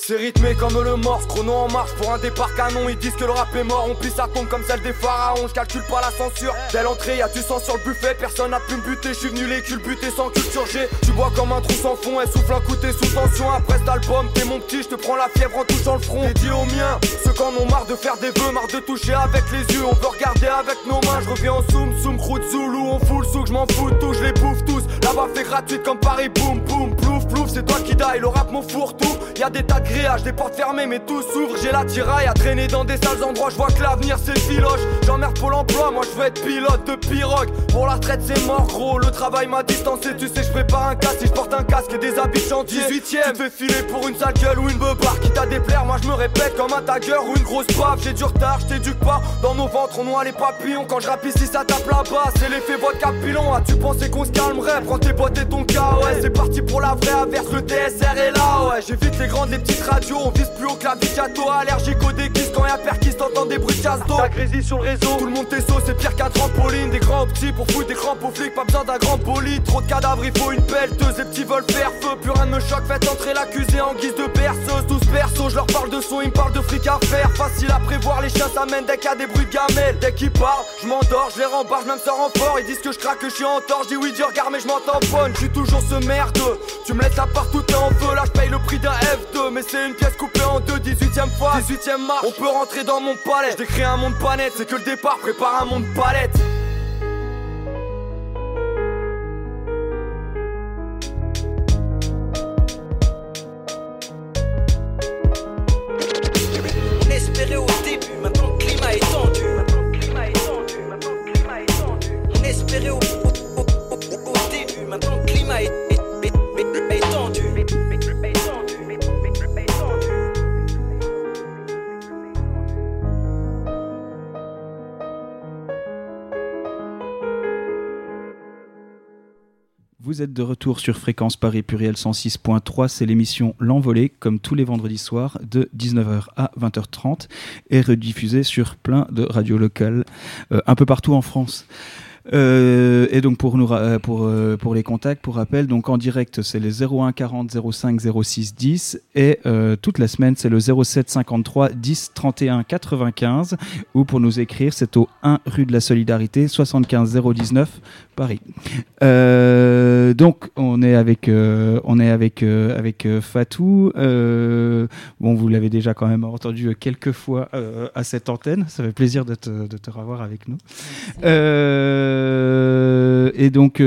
C'est rythmé comme le morse, chrono en marche pour un départ canon. Ils disent que le rap est mort, on plie sa tombe comme celle des pharaons. J'calcule pas la censure, dès l'entrée y'a du sang sur le buffet. Personne n'a pu me buter, j'suis venu les culbuter sans culture G. Tu bois comme un trou sans fond, elle souffle un coup t'es sous tension. Après cet album, t'es mon petit, j'te prends la fièvre en touchant le front. Dédié aux miens, ceux qui en ont marre de faire des vœux, marre de toucher avec les yeux. On veut regarder avec nos mains, j'reviens en zoom, zoom, croûte, zoulou. On fout le souk, j'm'en fous de tout, j'les bouffe tous. Là-bas fait gratuite comme Paris, boum, boum, plouf, plouf. C'est toi qui die, le rap mon four tout. Y'a des tas de grillages, des portes fermées mais tout s'ouvre. J'ai la tiraille à traîner dans des sales endroits. J'vois que l'avenir c'est filoche. J'emmerde pour l'emploi, moi j'veux être pilote de pirogue. Pour la retraite c'est mort gros, le travail m'a distancé. Tu sais j'prépare un casque, si j'porte un casque et des habits de chantier. dix-huitième, tu te fais filer pour une sale gueule ou une beubare qui t'a déplaire. Moi j'me répète comme un tagger ou une grosse baffe. J'ai du retard, j't'éduque pas. Dans nos ventres on noie les papillons. Quand je rappe ici ça tape là-bas. C'est l'effet vodka pilon. As-tu pensé qu'on se calmerait? Prends tes bottes et ton cas, ouais. C'est parti pour la vraie averse, le T S R est là, ouais. J'évite les grandes, les petites radios. On vise plus haut que la Vicato. Allergique aux déguises quand y'a perquis, t'entends des bruits de chasse d'eau. La grésille sur le réseau, tout le monde t'est sauce, c'est pire qu'un trampoline. Des grands petits pour foutre des crampes aux flics. Pas besoin d'un grand bolide. Trop de cadavres, il faut une pelleteuse. Les petits veulent faire feu, plus rien ne me choque. Faites entrer l'accusé en guise de berceuse. Douze persos, je leur parle de son, ils me parlent de fric à faire. Facile à prévoir, les chiens s'amènent dès qu'il y a des bruits de gamelles. Dès qu'ils parlent, je m'endors, je les rembarre, je me sors en fort. Ils disent que je craque, que je suis en tort. Je dis oui, Dieu regarde, mais je m'entends bonne. Je suis toujours ce merdeux. Tu me laisses là partout, t'es en feu. Là, je paye le prix d'un F deux. Mais c'est une pièce coupée en deux, dix-huitième fois, dix-huitième marche. On peut rentrer dans mon palais. Je décris un monde pas net, c'est que le départ prépare un monde palette. On espérait au début, maintenant le climat est tendu. Maintenant le climat est tendu, maintenant le climat est tendu. On espérait au, au, au, au, au début, maintenant le climat est, est, est, est, est tendu. Vous êtes de retour sur Fréquence Paris Pluriel cent six point trois, c'est l'émission L'Envolée, comme tous les vendredis soirs, de dix-neuf heures à vingt heures trente, et rediffusée sur plein de radios locales, euh, un peu partout en France. Euh, et donc pour nous pour euh, pour les contacts, pour rappel, donc en direct c'est les zéro un quarante zéro cinq zéro six dix et euh, toute la semaine c'est le zéro sept cinquante-trois dix trente et un quatre-vingt-quinze, ou pour nous écrire c'est au un rue de la Solidarité soixante-quinze zéro dix-neuf Paris. Euh, donc on est avec euh, on est avec euh, avec euh, Fatou. Euh, bon, vous l'avez déjà quand même entendu quelques fois euh, à cette antenne. Ça fait plaisir de te de te revoir avec nous. Euh, Euh, et donc,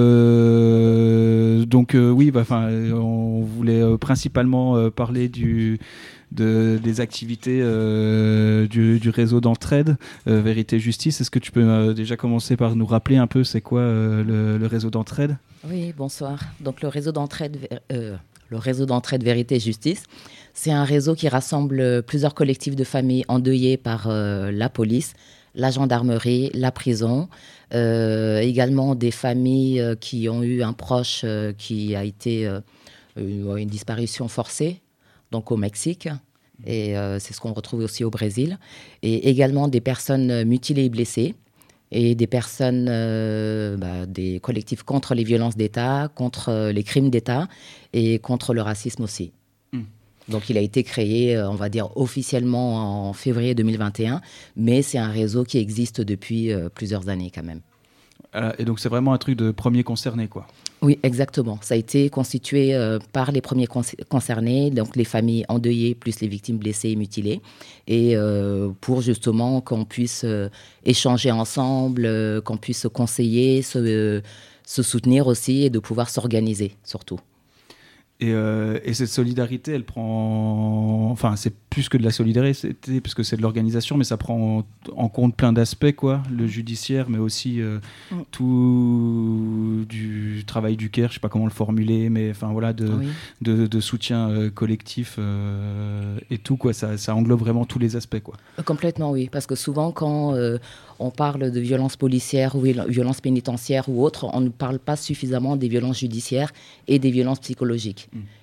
euh, donc euh, oui, bah, on voulait euh, principalement euh, parler du, de, des activités euh, du, du réseau d'entraide euh, Vérité Justice. Est-ce que tu peux euh, déjà commencer par nous rappeler un peu c'est quoi euh, le, le réseau d'entraide ? Oui, bonsoir. Donc le réseau d'entraide, euh, le réseau d'entraide Vérité Justice, c'est un réseau qui rassemble plusieurs collectifs de familles endeuillées par euh, la police, la gendarmerie, la prison, euh, également des familles euh, qui ont eu un proche euh, qui a été euh, une, une disparition forcée, donc au Mexique, et euh, c'est ce qu'on retrouve aussi au Brésil, et également des personnes mutilées et blessées, et des personnes, euh, bah, des collectifs contre les violences d'État, contre euh, les crimes d'État, et contre le racisme aussi. Donc, il a été créé, on va dire, officiellement en février deux mille vingt et un, mais c'est un réseau qui existe depuis euh, plusieurs années quand même. Euh, et donc, c'est vraiment un truc de premiers concernés, quoi. Oui, exactement. Ça a été constitué euh, par les premiers con- concernés, donc les familles endeuillées, plus les victimes blessées et mutilées, et euh, pour justement qu'on puisse euh, échanger ensemble, euh, qu'on puisse se conseiller, se, euh, se soutenir aussi, et de pouvoir s'organiser, surtout. Et, euh, et cette solidarité, elle prend... Enfin, c'est plus que de la solidarité, parce que c'est de l'organisation, mais ça prend en compte plein d'aspects, quoi. Le judiciaire, mais aussi euh, mm. tout du travail du cœur, je ne sais pas comment le formuler, mais enfin, voilà, de, oui. de, de soutien euh, collectif euh, et tout, quoi. Ça, ça englobe vraiment tous les aspects, quoi. Complètement, oui. Parce que souvent, quand euh, on parle de violences policières ou violences pénitentiaires ou autres, on ne parle pas suffisamment des violences judiciaires et des violences psychologiques. Mmh.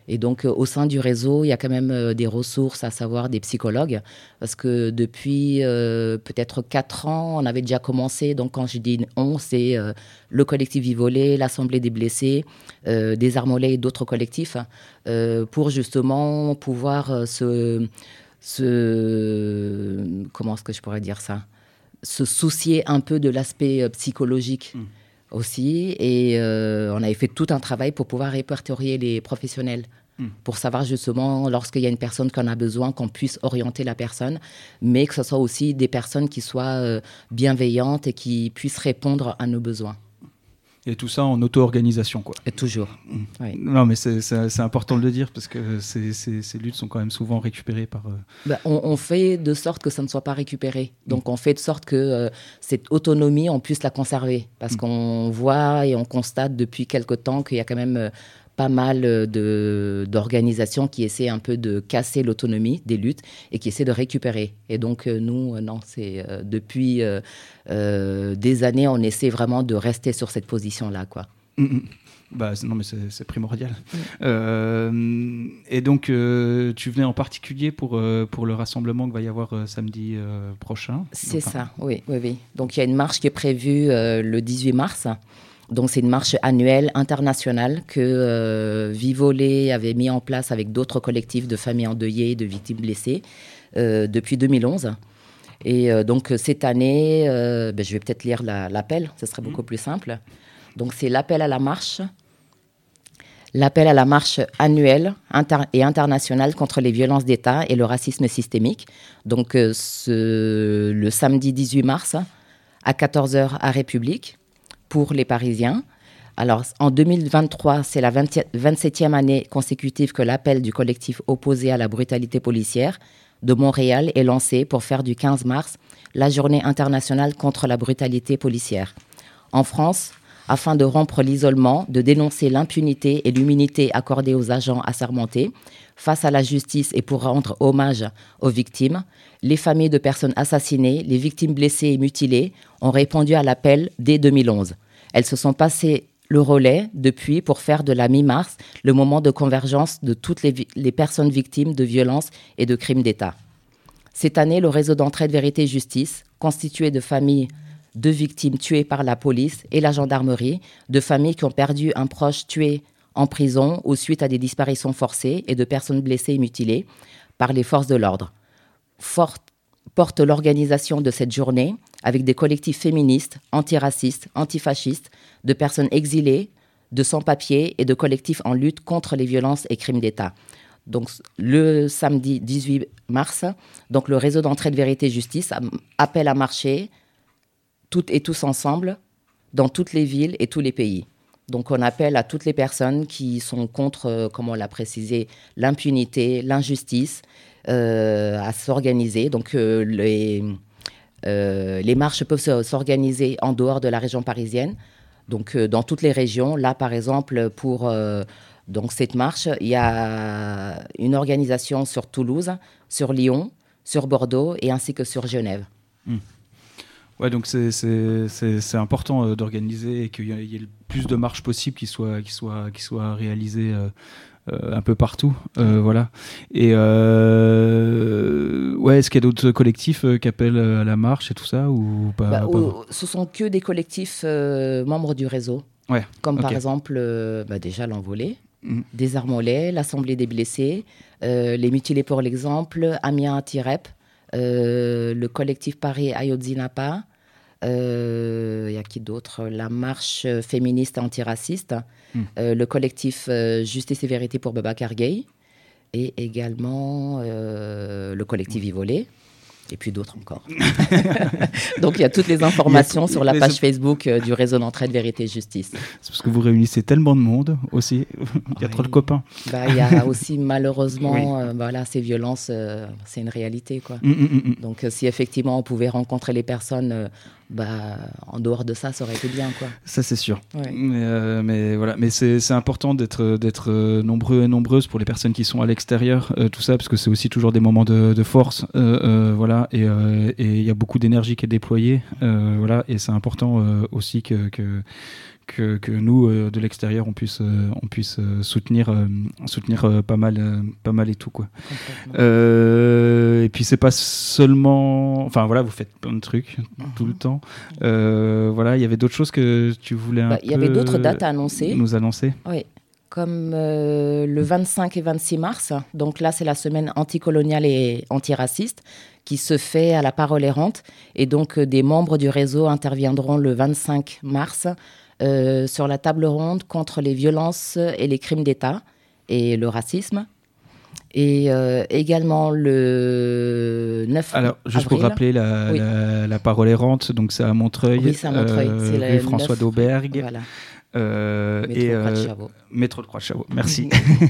Et donc, euh, au sein du réseau, il y a quand même euh, des ressources, à savoir des psychologues, parce que depuis euh, peut-être quatre ans, on avait déjà commencé. Donc, quand je dis on, c'est euh, le collectif Vivolé, l'Assemblée des blessés, euh, des Armolais et d'autres collectifs, euh, pour justement pouvoir euh, se, se... Comment est-ce que je pourrais dire ça ? Se soucier un peu de l'aspect euh, psychologique. Mmh. Aussi, et euh, on avait fait tout un travail pour pouvoir répertorier les professionnels, mmh. pour savoir justement, lorsqu'il y a une personne qu'on a besoin, qu'on puisse orienter la personne, mais que ce soit aussi des personnes qui soient euh, bienveillantes et qui puissent répondre à nos besoins. Et tout ça en auto-organisation, quoi. Et toujours. Mmh. Oui. Non, mais c'est, c'est, c'est important de le dire parce que ces, ces, ces luttes sont quand même souvent récupérées par. Euh... Ben, on, on fait de sorte que ça ne soit pas récupéré. Donc, mmh. on fait de sorte que euh, cette autonomie, on puisse la conserver. Parce mmh. qu'on voit et on constate depuis quelque temps qu'il y a quand même euh, pas mal de, d'organisations qui essaient un peu de casser l'autonomie des luttes et qui essaient de récupérer. Et donc, euh, nous, euh, non, c'est euh, depuis euh, euh, des années, on essaie vraiment de rester sur cette position-là, quoi. Mmh. Bah, non, mais c'est, c'est primordial. Mmh. Euh, et donc, euh, tu venais en particulier pour, euh, pour le rassemblement qu'il va y avoir euh, samedi euh, prochain. C'est enfin... ça, oui, oui, oui. Donc, il y a une marche qui est prévue euh, le dix-huit mars. Donc, c'est une marche annuelle internationale que euh, Vivolé avait mis en place avec d'autres collectifs de familles endeuillées et de victimes blessées euh, depuis deux mille onze. Et euh, donc, cette année, euh, ben, je vais peut-être lire la, l'appel, ce serait beaucoup plus simple. Donc, c'est l'appel à la marche, l'appel à la marche annuelle inter- et internationale contre les violences d'État et le racisme systémique. Donc, euh, ce, le samedi dix-huit mars à quatorze heures à République. Pour les Parisiens. Alors, en deux mille vingt-trois, c'est la vingt-septième année consécutive que l'appel du collectif opposé à la brutalité policière de Montréal est lancé pour faire du quinze mars la journée internationale contre la brutalité policière. En France, afin de rompre l'isolement, de dénoncer l'impunité et l'immunité accordées aux agents assermentés face à la justice et pour rendre hommage aux victimes, les familles de personnes assassinées, les victimes blessées et mutilées ont répondu à l'appel dès deux mille onze. Elles se sont passées le relais depuis pour faire de la mi-mars le moment de convergence de toutes les, vi- les personnes victimes de violences et de crimes d'État. Cette année, le réseau d'entraide Vérité et Justice, constitué de familles de victimes tuées par la police et la gendarmerie, de familles qui ont perdu un proche tué en prison ou suite à des disparitions forcées et de personnes blessées et mutilées par les forces de l'ordre, Fort, porte l'organisation de cette journée avec des collectifs féministes, antiracistes, antifascistes, de personnes exilées, de sans-papiers et de collectifs en lutte contre les violences et crimes d'État. Donc, le samedi dix-huit mars, donc le réseau d'entraide Vérité et Justice appelle à marcher toutes et tous ensemble dans toutes les villes et tous les pays. Donc, on appelle à toutes les personnes qui sont contre, euh, comme on l'a précisé, l'impunité, l'injustice, euh, à s'organiser. Donc, euh, les, euh, les marches peuvent s'organiser en dehors de la région parisienne, donc euh, dans toutes les régions. Là, par exemple, pour euh, donc, cette marche, il y a une organisation sur Toulouse, sur Lyon, sur Bordeaux et ainsi que sur Genève. Mmh. Ouais, donc c'est, c'est, c'est, c'est important euh, d'organiser et qu'il y ait le plus de marches possibles qui soient, qui soient, qui soient réalisées euh, euh, un peu partout. Euh, voilà. Et euh, ouais, est-ce qu'il y a d'autres collectifs euh, qui appellent à la marche et tout ça ou pas, bah, pas... Ou, Ce sont que des collectifs euh, membres du réseau. Ouais, comme okay. par exemple euh, bah, déjà l'Envolée, mmh. des Armolais, l'Assemblée des blessés, euh, les Mutilés pour l'exemple, Amiens Tirep, Euh, le collectif Paris Ayotzinapa, il euh, y a qui d'autre, la marche féministe antiraciste, mm. euh, le collectif euh, Justice et Vérité pour Babacar Gaye et également euh, le collectif mm. Vivolé. Et puis d'autres encore. Donc il y a toutes les informations sur la page les... Facebook euh, du réseau d'entraide Vérité et Justice. C'est parce que vous réunissez tellement de monde aussi. Il y a oui. trop de copains. Bah, il y a aussi malheureusement oui. euh, voilà, ces violences, euh, c'est une réalité, quoi. Mm, mm, mm. Donc euh, si effectivement on pouvait rencontrer les personnes, euh, bah, en dehors de ça, ça aurait été bien, quoi. Ça c'est sûr. Oui. Mais, euh, mais, voilà. mais c'est, c'est important d'être, d'être nombreux et nombreuses pour les personnes qui sont à l'extérieur, euh, tout ça, parce que c'est aussi toujours des moments de, de force. Euh, euh, voilà. Et il euh, y a beaucoup d'énergie qui est déployée, euh, voilà, et c'est important euh, aussi que, que, que, que nous, euh, de l'extérieur, on puisse, euh, on puisse euh, soutenir, euh, soutenir euh, pas, mal, euh, pas mal et tout, quoi. Euh, et puis, c'est pas seulement... Enfin, voilà, vous faites plein de trucs mm-hmm. tout le temps. Euh, voilà, il y avait d'autres choses que tu voulais un bah, peu... Il y avait d'autres dates à annoncer. Nous annoncer. Oui, comme euh, le vingt-cinq et vingt-six mars. Donc là, c'est la semaine anticoloniale et antiraciste qui se fait à la Parole Errante. Et donc, euh, des membres du réseau interviendront le vingt-cinq mars euh, sur la table ronde contre les violences et les crimes d'État et le racisme. Et euh, également le neuf avril. Alors, juste avril. Pour rappeler, la, oui. la, la Parole Errante, donc c'est à Montreuil. Oui, c'est à Montreuil. Euh, c'est rue François d'Aubergue. Voilà. Euh, métro et Croix de euh, Chavaux. Métro de Croix de Chavaux, merci.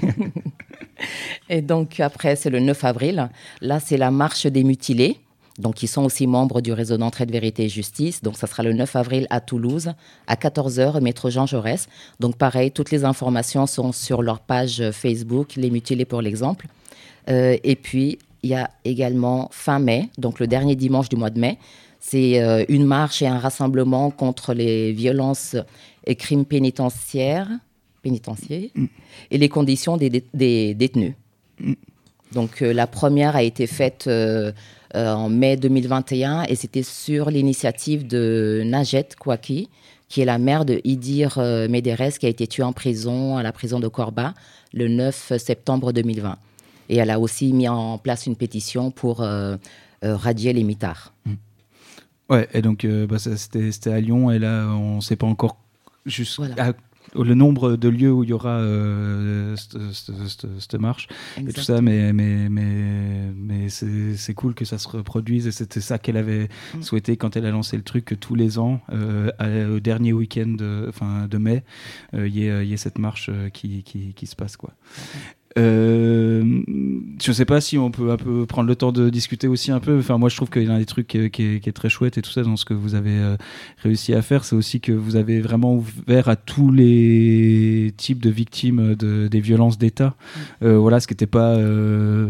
Et donc après, c'est le neuf avril. Là, c'est la marche des mutilés. Donc, ils sont aussi membres du réseau d'entraide Vérité et Justice. Donc, ça sera le neuf avril à Toulouse, à quatorze heures, métro Jean Jaurès. Donc, pareil, toutes les informations sont sur leur page Facebook, Les Mutilés pour l'exemple. Euh, et puis, il y a également fin mai, donc le dernier dimanche du mois de mai. C'est euh, une marche et un rassemblement contre les violences et crimes pénitentiaires, pénitentiaires mm. et les conditions des, dé- des détenus. Mm. Donc, euh, la première a été faite... Euh, Euh, en mai deux mille vingt et un, et c'était sur l'initiative de Najet Kouaki, qui est la mère de Idir euh, Médérès, qui a été tuée en prison, à la prison de Korba, le neuf septembre deux mille vingt. Et elle a aussi mis en place une pétition pour euh, euh, radier les mitards. Mmh. Ouais, et donc euh, bah, ça, c'était, c'était à Lyon, et là, on ne sait pas encore juste voilà. à, le nombre de lieux où il y aura euh, cette marche exact. Et tout ça, mais, mais, mais, mais c'est, c'est cool que ça se reproduise, et c'était ça qu'elle avait mmh. souhaité quand elle a lancé le truc, que tous les ans, euh, au dernier week-end de, enfin, de mai, il euh, y, y ait cette marche qui, qui, qui se passe, quoi. Mmh. Euh, je sais pas si on peut un peu prendre le temps de discuter aussi un peu. Enfin, moi, je trouve qu'il y a un des trucs qui est, qui est, qui est très chouette et tout ça dans ce que vous avez euh, réussi à faire, c'est aussi que vous avez vraiment ouvert à tous les types de victimes de, des violences d'État. Euh, voilà, ce qui n'était pas euh,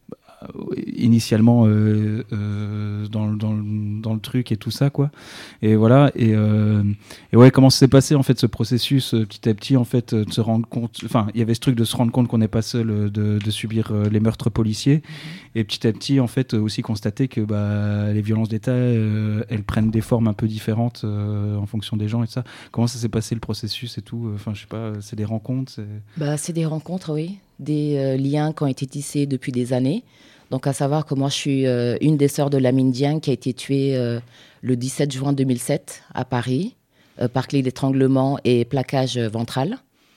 initialement euh, euh, dans, dans, dans le truc et tout ça, quoi. Et voilà. Et, euh, et ouais, comment s'est passé en fait ce processus euh, petit à petit, en fait, de se rendre compte. Enfin, il y avait ce truc de se rendre compte qu'on n'est pas seul euh, de, de subir euh, les meurtres policiers, mmh. et petit à petit, en fait, aussi constater que bah, les violences d'État, euh, elles prennent des formes un peu différentes euh, en fonction des gens et ça. Comment ça s'est passé le processus et tout? Enfin, je sais pas. C'est des rencontres. C'est, bah, c'est des rencontres, oui, des euh, liens qui ont été tissés depuis des années. Donc, à savoir que moi, je suis euh, une des sœurs de Lamine Dieng qui a été tuée euh, le dix-sept juin deux mille sept à Paris, euh, par clé d'étranglement et plaquage ventral.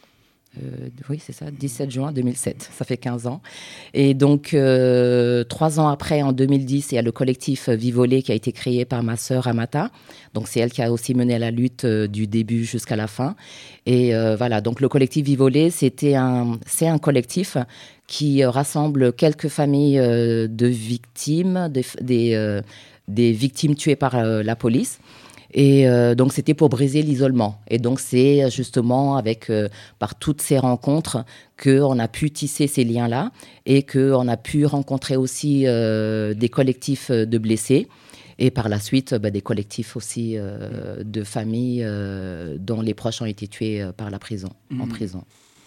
Euh, oui, c'est ça, dix-sept juin deux mille sept, ça fait quinze ans. Et donc, euh, trois ans après, en deux mille dix, il y a le collectif Vivolé qui a été créé par ma sœur Amata. Donc, c'est elle qui a aussi mené la lutte euh, du début jusqu'à la fin. Et euh, voilà, donc le collectif Vivolé, c'était un, c'est un collectif qui euh, rassemble quelques familles euh, de victimes, des, des, euh, des victimes tuées par euh, la police. Et euh, donc, c'était pour briser l'isolement. Et donc, c'est justement avec, euh, par toutes ces rencontres qu'on a pu tisser ces liens-là et qu'on a pu rencontrer aussi euh, des collectifs de blessés et par la suite, bah, des collectifs aussi euh, de familles euh, dont les proches ont été tués euh, par la prison, mmh. en prison.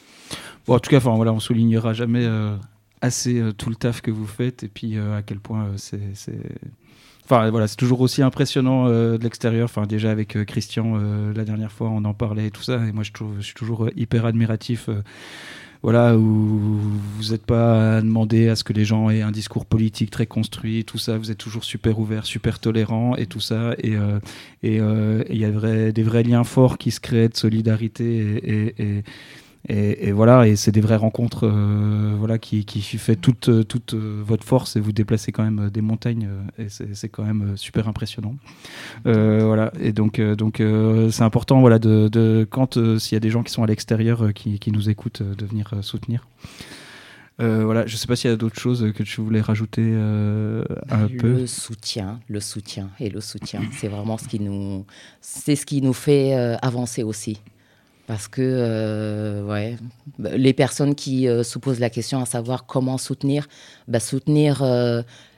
Bon, en tout cas, voilà, on ne soulignera jamais euh, assez euh, tout le taf que vous faites et puis euh, à quel point euh, c'est... c'est... Enfin, voilà, c'est toujours aussi impressionnant euh, de l'extérieur. Enfin, déjà avec euh, Christian, euh, la dernière fois, on en parlait et tout ça. Et moi, je, trouve, je suis toujours euh, hyper admiratif. Euh, voilà, où vous n'êtes pas à demander à ce que les gens aient un discours politique très construit, tout ça. Vous êtes toujours super ouvert, super tolérant et tout ça. Et il euh, et, euh, y a vrai, des vrais liens forts qui se créent de solidarité et... et, et Et, et voilà, et c'est des vraies rencontres euh, voilà, qui, qui fait toute, toute euh, votre force, et vous déplacez quand même des montagnes, euh, et c'est, c'est quand même euh, super impressionnant. Euh, voilà, et donc, euh, donc euh, c'est important, voilà, de, de, quand euh, s'il y a des gens qui sont à l'extérieur euh, qui, qui nous écoutent, euh, de venir euh, soutenir. Euh, voilà, je ne sais pas s'il y a d'autres choses que tu voulais rajouter euh, un le peu. Le soutien, le soutien et le soutien, c'est vraiment ce qui nous, c'est ce qui nous fait euh, avancer aussi. Parce que euh, ouais, les personnes qui euh, se posent la question à savoir comment soutenir, bah, soutenir euh,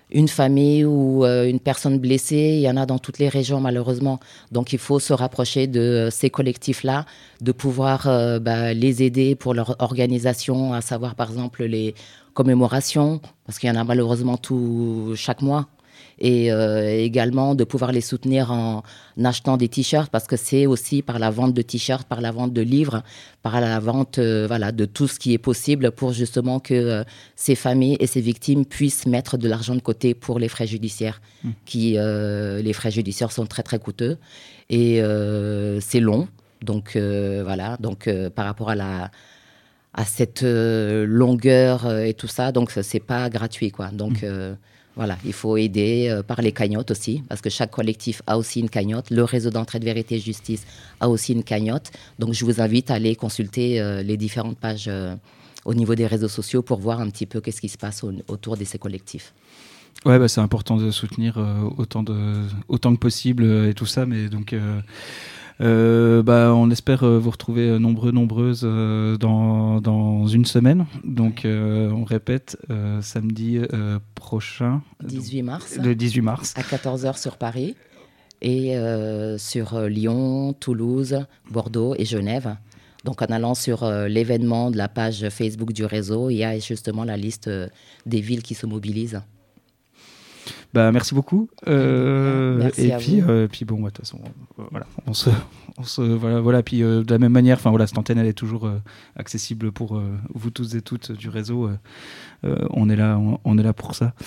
une famille ou euh, une personne blessée, il y en a dans toutes les régions malheureusement. Donc il faut se rapprocher de euh, ces collectifs-là, de pouvoir euh, bah, les aider pour leur organisation, à savoir par exemple les commémorations, parce qu'il y en a malheureusement tout, chaque mois. Et euh, également de pouvoir les soutenir en achetant des t-shirts, parce que c'est aussi par la vente de t-shirts, par la vente de livres, par la vente euh, voilà, de tout ce qui est possible pour justement que euh, ces familles et ces victimes puissent mettre de l'argent de côté pour les frais judiciaires. Mmh. Qui, euh, les frais judiciaires sont très très coûteux et euh, c'est long. Donc euh, voilà, donc euh, par rapport à la à cette euh, longueur euh, et tout ça, donc c'est pas gratuit quoi. Donc mmh. euh, Voilà, il faut aider euh, par les cagnottes aussi, parce que chaque collectif a aussi une cagnotte. Le réseau d'entraide vérité et justice a aussi une cagnotte. Donc, je vous invite à aller consulter euh, les différentes pages euh, au niveau des réseaux sociaux pour voir un petit peu qu'est-ce qui se passe au, autour de ces collectifs. Ouais, bah, c'est important de soutenir euh, autant, de, autant que possible euh, et tout ça, mais donc... Euh... Euh, bah, on espère euh, vous retrouver euh, nombreux, nombreuses euh, dans, dans une semaine. Donc, euh, on répète, euh, samedi euh, prochain. dix-huit mars. Le dix-huit mars. À quatorze heures sur Paris. Et euh, sur euh, Lyon, Toulouse, Bordeaux et Genève. Donc, en allant sur euh, l'événement de la page Facebook du réseau, il y a justement la liste euh, des villes qui se mobilisent. Bah, merci beaucoup. Euh, merci et à puis, vous. Euh, puis bon, de toute façon, euh, voilà, on se, on se, voilà, voilà. Puis euh, de la même manière, enfin voilà, cette antenne, elle est toujours euh, accessible pour euh, vous tous et toutes du réseau. Euh, euh, on est là, on, on est là pour ça.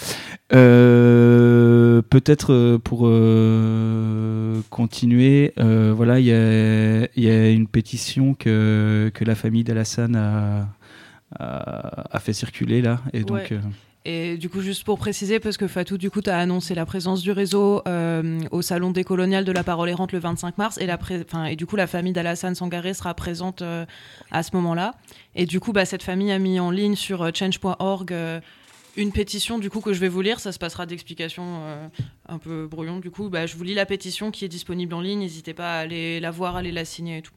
Euh, peut-être euh, pour euh, continuer, euh, voilà, il y a, il y a une pétition que que la famille d'Alassane a, a, a fait circuler là, et donc. Ouais. Euh, Et du coup, juste pour préciser, parce que Fatou, du coup, tu as annoncé la présence du réseau euh, au Salon décolonial de la parole errante le vingt-cinq mars. Et, la pré- et du coup, la famille d'Alassane Sangaré sera présente euh, à ce moment-là. Et du coup, bah, cette famille a mis en ligne sur euh, change point org euh, une pétition, du coup, que je vais vous lire. Ça se passera d'explications euh, un peu brouillon. Du coup, bah, je vous lis la pétition qui est disponible en ligne. N'hésitez pas à aller la voir, à aller la signer et tout.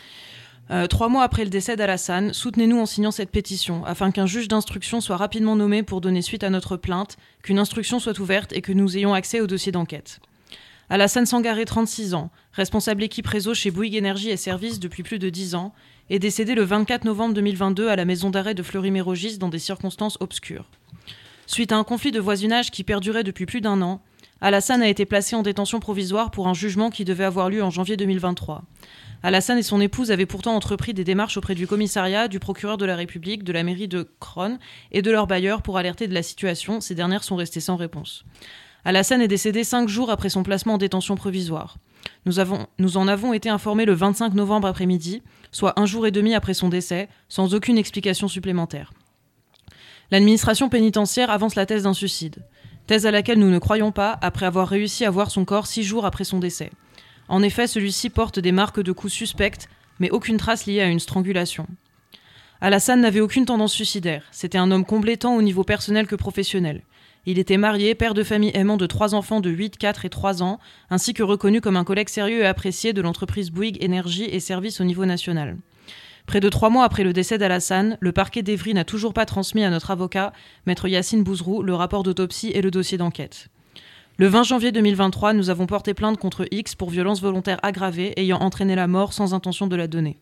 Euh, trois mois après le décès d'Alassane, soutenez-nous en signant cette pétition, afin qu'un juge d'instruction soit rapidement nommé pour donner suite à notre plainte, qu'une instruction soit ouverte et que nous ayons accès au dossier d'enquête. Alassane Sangaré, trente-six ans, responsable équipe réseau chez Bouygues Énergie et Services depuis plus de dix ans, est décédé le vingt-quatre novembre deux mille vingt-deux à la maison d'arrêt de Fleury-Mérogis dans des circonstances obscures. Suite à un conflit de voisinage qui perdurait depuis plus d'un an, Alassane a été placé en détention provisoire pour un jugement qui devait avoir lieu en janvier deux mille vingt-trois. Alassane et son épouse avaient pourtant entrepris des démarches auprès du commissariat, du procureur de la République, de la mairie de Cronne et de leurs bailleurs pour alerter de la situation. Ces dernières sont restées sans réponse. Alassane est décédé cinq jours après son placement en détention provisoire. Nous, avons, nous en avons été informés le vingt-cinq novembre après-midi, soit un jour et demi après son décès, sans aucune explication supplémentaire. L'administration pénitentiaire avance la thèse d'un suicide. Thèse à laquelle nous ne croyons pas, après avoir réussi à voir son corps six jours après son décès. En effet, celui-ci porte des marques de coups suspectes, mais aucune trace liée à une strangulation. Alassane n'avait aucune tendance suicidaire. C'était un homme comblé tant au niveau personnel que professionnel. Il était marié, père de famille aimant de trois enfants de huit, quatre et trois ans, ainsi que reconnu comme un collègue sérieux et apprécié de l'entreprise Bouygues Énergie et Services au niveau national. Près de trois mois après le décès d'Alassane, le parquet d'Evry n'a toujours pas transmis à notre avocat, maître Yacine Bouzrou, le rapport d'autopsie et le dossier d'enquête. Le vingt janvier deux mille vingt-trois, nous avons porté plainte contre X pour violence volontaire aggravée ayant entraîné la mort sans intention de la donner.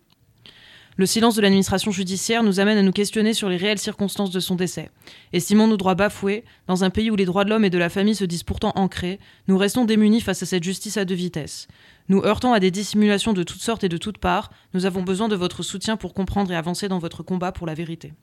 Le silence de l'administration judiciaire nous amène à nous questionner sur les réelles circonstances de son décès. Estimant nos droits bafoués, dans un pays où les droits de l'homme et de la famille se disent pourtant ancrés, nous restons démunis face à cette justice à deux vitesses. Nous heurtons à des dissimulations de toutes sortes et de toutes parts. Nous avons besoin de votre soutien pour comprendre et avancer dans votre combat pour la vérité.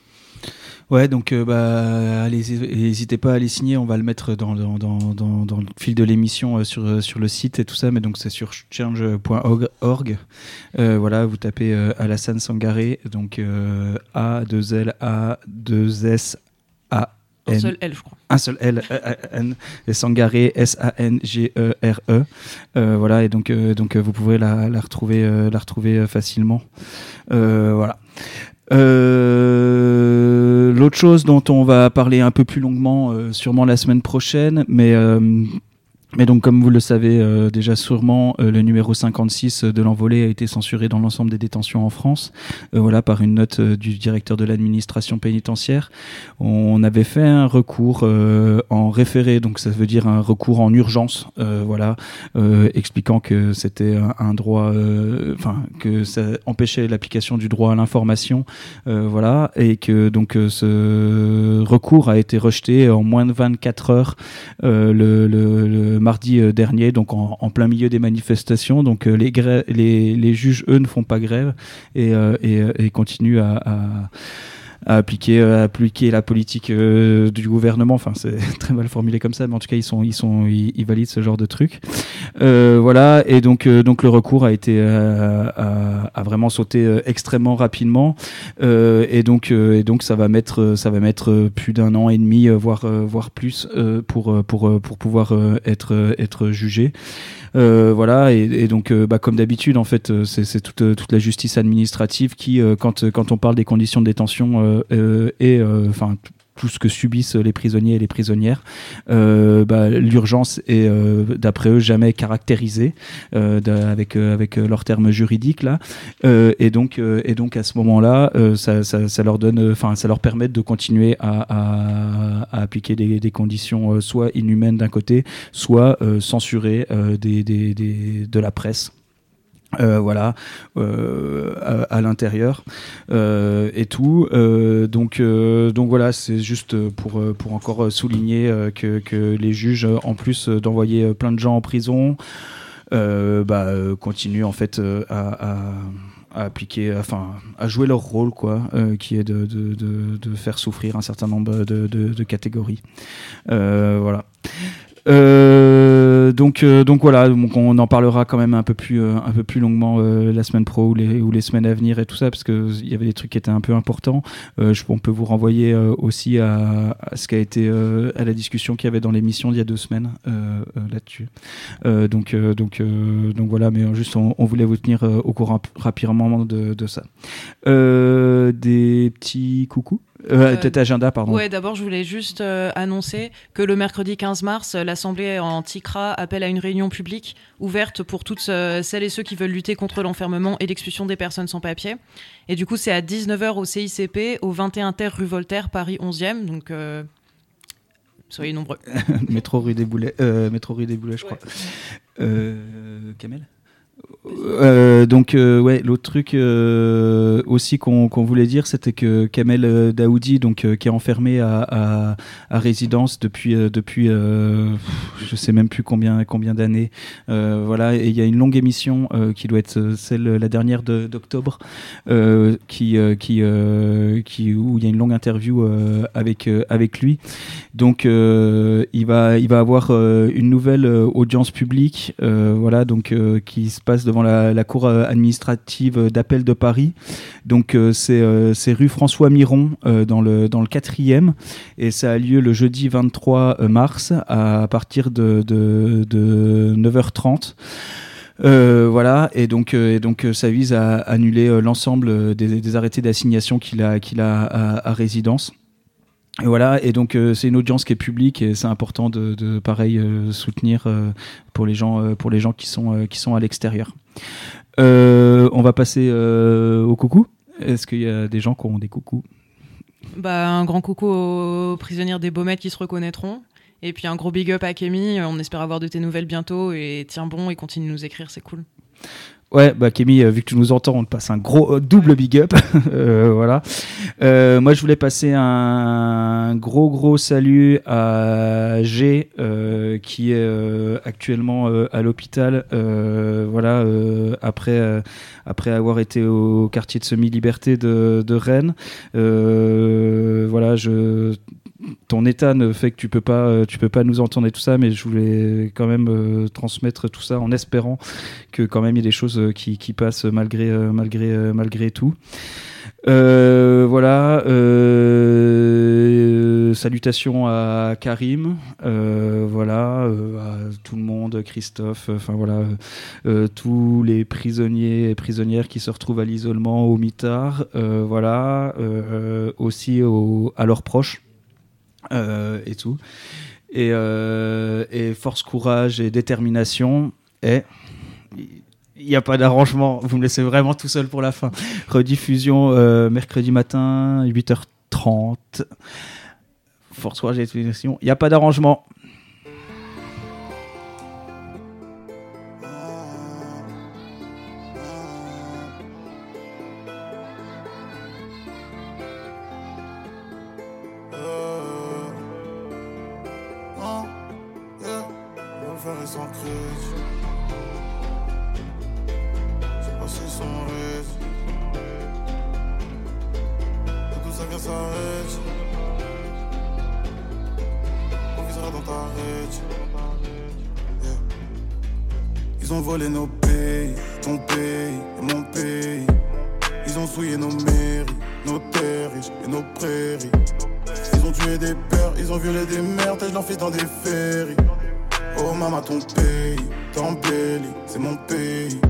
Ouais, donc euh, bah, allez, n'hésitez pas à les signer, on va le mettre dans, dans, dans, dans, dans le fil de l'émission euh, sur, sur le site et tout ça, mais donc c'est sur change point org. Euh, voilà, vous tapez euh, Alassane Sangaré, donc euh, A, deux L, A, deux S, A. N. Un seul L, je crois. Un seul L, N, et Sangaré, S A N G E R E. Euh, voilà, et donc, euh, donc vous pourrez la, la retrouver, euh, la retrouver facilement. Euh, voilà. Euh, l'autre chose dont on va parler un peu plus longuement, euh, sûrement la semaine prochaine, mais euh, Mais donc, comme vous le savez euh, déjà sûrement, euh, le numéro cinquante-six de l'envolée a été censuré dans l'ensemble des détentions en France, euh, voilà, par une note euh, du directeur de l'administration pénitentiaire. On avait fait un recours euh, en référé, donc ça veut dire un recours en urgence, euh, voilà, euh, expliquant que c'était un, un droit, enfin euh, que ça empêchait l'application du droit à l'information, euh, voilà, et que donc euh, ce recours a été rejeté en moins de vingt-quatre heures euh, le, le, le mardi euh, dernier, donc en, en plein milieu des manifestations. Donc euh, les, grè- les, les juges, eux, ne font pas grève et, euh, et, et continuent à, à, à, appliquer, à appliquer la politique euh, du gouvernement. Enfin, c'est très mal formulé comme ça, mais en tout cas, ils, sont, ils, sont, ils, ils valident ce genre de truc. Euh, voilà, et donc, euh, donc le recours a, été, euh, a, a vraiment sauté euh, extrêmement rapidement. Euh, et, donc, euh, et donc, ça va mettre, ça va mettre plus d'un an et demi, euh, voire, euh, voire plus, euh, pour, pour, pour pouvoir euh, être, être jugé. Euh, voilà, et, et donc euh, bah, comme d'habitude en fait euh, c'est, c'est toute, toute la justice administrative qui euh, quand, quand on parle des conditions de détention euh, euh, et enfin euh, tout ce que subissent les prisonniers et les prisonnières, euh, bah, l'urgence est euh, d'après eux jamais caractérisée euh, avec, euh, avec leurs termes juridiques là, euh, et, donc, euh, et donc à ce moment-là euh, ça, ça, ça leur donne, enfin ça leur permet de continuer à, à, à appliquer des, des conditions euh, soit inhumaines d'un côté, soit euh, censurer euh, des, des, des, de la presse. Euh, voilà, euh, à, à l'intérieur euh, et tout. Euh, donc, euh, donc voilà, c'est juste pour pour encore souligner euh, que que les juges, en plus d'envoyer plein de gens en prison, euh, bah euh, continuent en fait euh, à, à à appliquer, enfin, à jouer leur rôle, quoi, euh, qui est de, de, de, de faire souffrir un certain nombre de, de, de catégories. Euh, voilà. Euh, donc, euh, donc voilà, donc on en parlera quand même un peu plus, euh, un peu plus longuement euh, la semaine pro ou les, ou les semaines à venir et tout ça, parce qu'il y avait des trucs qui étaient un peu importants. Euh, je, on peut vous renvoyer euh, aussi à, à ce qui a été euh, à la discussion qu'il y avait dans l'émission d'il y a deux semaines euh, euh, là-dessus. Euh, donc, euh, donc, euh, donc voilà, mais juste on, on voulait vous tenir euh, au courant rapidement de, de ça. Euh, des petits coucous. Euh, euh, agenda, pardon. Ouais, d'abord, je voulais juste euh, annoncer que le mercredi quinze mars, l'Assemblée en T I C R A appelle à une réunion publique ouverte pour toutes euh, celles et ceux qui veulent lutter contre l'enfermement et l'expulsion des personnes sans papier. Et du coup, c'est à dix-neuf heures au C I C P, au vingt et un terre rue Voltaire, Paris onzième. Donc, euh, soyez nombreux. métro rue des Boulets, euh, métro rue des Boulets, je crois. Ouais. Euh, Kamel ? Euh, donc euh, ouais, l'autre truc euh, aussi qu'on, qu'on voulait dire, c'était que Kamel Daoudi, donc euh, qui est enfermé à, à, à résidence depuis euh, depuis euh, je sais même plus combien combien d'années, euh, voilà, et il y a une longue émission euh, qui doit être celle la dernière de, d'octobre euh, qui euh, qui euh, qui où il y a une longue interview euh, avec euh, avec lui. Donc euh, il va il va avoir euh, une nouvelle euh, audience publique, euh, voilà, donc euh, qui se passe devant la, la cour administrative d'appel de Paris. Donc euh, c'est, euh, c'est rue François Miron euh, dans le dans le quatrième, et ça a lieu le jeudi vingt-trois mars à partir de de, de neuf heures trente. Euh, voilà, et donc, euh, et donc ça vise à annuler euh, l'ensemble des, des arrêtés d'assignation qu'il a qu'il a à, à résidence. Et voilà, et donc euh, c'est une audience qui est publique et c'est important de, de pareil euh, soutenir euh, pour les gens euh, pour les gens qui sont euh, qui sont à l'extérieur. Euh, on va passer euh, au coucou. Est-ce qu'il y a des gens qui ont des coucous ? Bah, un grand coucou aux prisonnières des Baumettes qui se reconnaîtront. Et puis un gros big up à Kémy. On espère avoir de tes nouvelles bientôt et tiens bon et continue de nous écrire, c'est cool. Ouais, bah Kémy, vu que tu nous entends, on te passe un gros euh, double big up. euh, voilà. Euh, moi, je voulais passer un gros gros salut à G, euh, qui est euh, actuellement euh, à l'hôpital. Euh, voilà, euh, après euh, après avoir été au quartier de semi-liberté de, de Rennes. Euh, voilà, je ton état ne fait que tu peux pas tu peux pas nous entendre et tout ça, mais je voulais quand même euh, transmettre tout ça en espérant que quand même il y ait des choses qui, qui passent malgré euh, malgré euh, malgré tout. Euh, voilà. Euh, salutations à Karim, euh, voilà, euh, à tout le monde, Christophe, enfin voilà, euh, tous les prisonniers et prisonnières qui se retrouvent à l'isolement au mitard, euh, voilà, euh, aussi au, à leurs proches. Euh, et tout. Et, euh, et force, courage et détermination. Et il n'y a pas d'arrangement. Vous me laissez vraiment tout seul pour la fin. Rediffusion euh, mercredi matin, huit heures trente. Force, courage et détermination. Il n'y a pas d'arrangement. Ils ont volé nos pays, ton pays et mon pays. Ils ont souillé nos mairies, nos terres riches et nos prairies. Ils ont tué des pères, ils ont violé des mères, têche leurs fils dans des ferries. Oh maman, ton pays, t'embellis, c'est mon pays.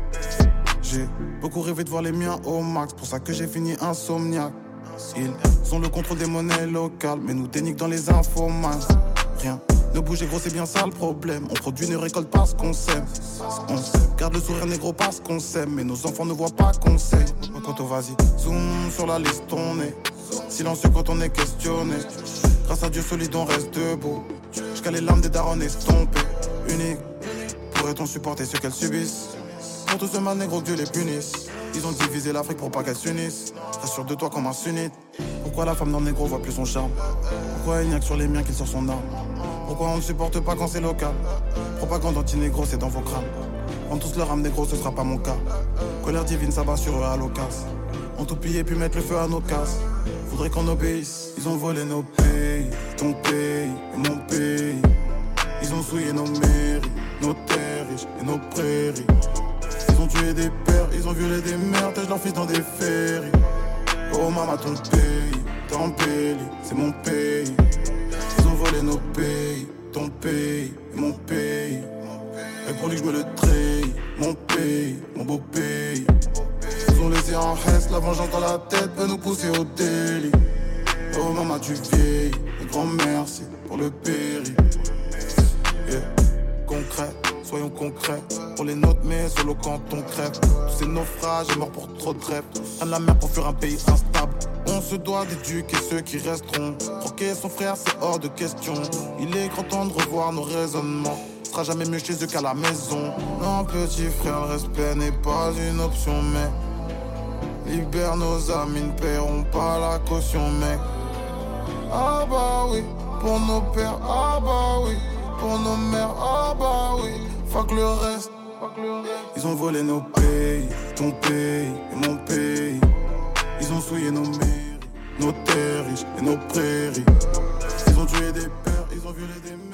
J'ai beaucoup rêvé de voir les miens au max, pour ça que j'ai fini insomniaque. Ils ont le contrôle des monnaies locales, mais nous déniquent dans les infomas. Rien ne bouge, gros, c'est bien ça le problème. On produit ne récolte pas ce qu'on sème. On garde le sourire négro parce qu'on s'aime, mais nos enfants ne voient pas qu'on sait. Quand on vas-y, zoom sur la liste, on est silencieux quand on est questionné. Grâce à Dieu solide, on reste debout. Jusqu'à les larmes des darons estompées. Unique, pourrait-on supporter ce qu'elles subissent? Pour tous ce mal négro, que Dieu les punisse. Ils ont divisé l'Afrique pour pas qu'elle s'unisse. Rassure de toi comme un sunnite. Pourquoi la femme dans le négro voit plus son charme? Pourquoi il n'y a que sur les miens qu'il sort son arme? Pourquoi on ne supporte pas quand c'est local? Propagande anti-négro, c'est dans vos crânes. Quand tous leur âme négro, ce sera pas mon cas. Colère divine, ça bat sur eux à l'occasion. On tout pillé puis mettre le feu à nos casses. Faudrait qu'on obéisse. Ils ont volé nos pays, ton pays et mon pays. Ils ont souillé nos mairies, nos terres riches et nos prairies. Ils ont tué des pères, ils ont violé des mères, têche leurs fils dans des ferries. Oh maman, ton pays, t'embellis, c'est mon pays. Ils ont volé nos pays, ton pays et mon pays. Et pour lui que je me le treille, mon pays, mon beau pays. Ils ont laissé en reste, la vengeance dans la tête peut nous pousser au délit. Oh maman, tu vieilles, et grand merci pour le péri. Yeah. Concret, soyons concrets. Pour les nôtres, mais solo quand on crève. Tous ces naufrages et morts pour trop de rêves. Rien de la mer pour faire un pays instable. On se doit d'éduquer ceux qui resteront. Troquer son frère, c'est hors de question. Il est grand temps de revoir nos raisonnements. Ce sera jamais mieux chez eux qu'à la maison. Non, petit frère, le respect n'est pas une option, mais libère nos amis, ne paieront pas la caution, mec. Ah bah oui, pour nos pères, ah bah oui. Pour nos mères, ah bah oui. Fuck le reste. Ils ont volé nos pays, ton pays et mon pays. Ils ont souillé nos mairies, nos terres riches et nos prairies. Ils ont tué des pères, ils ont violé des mères.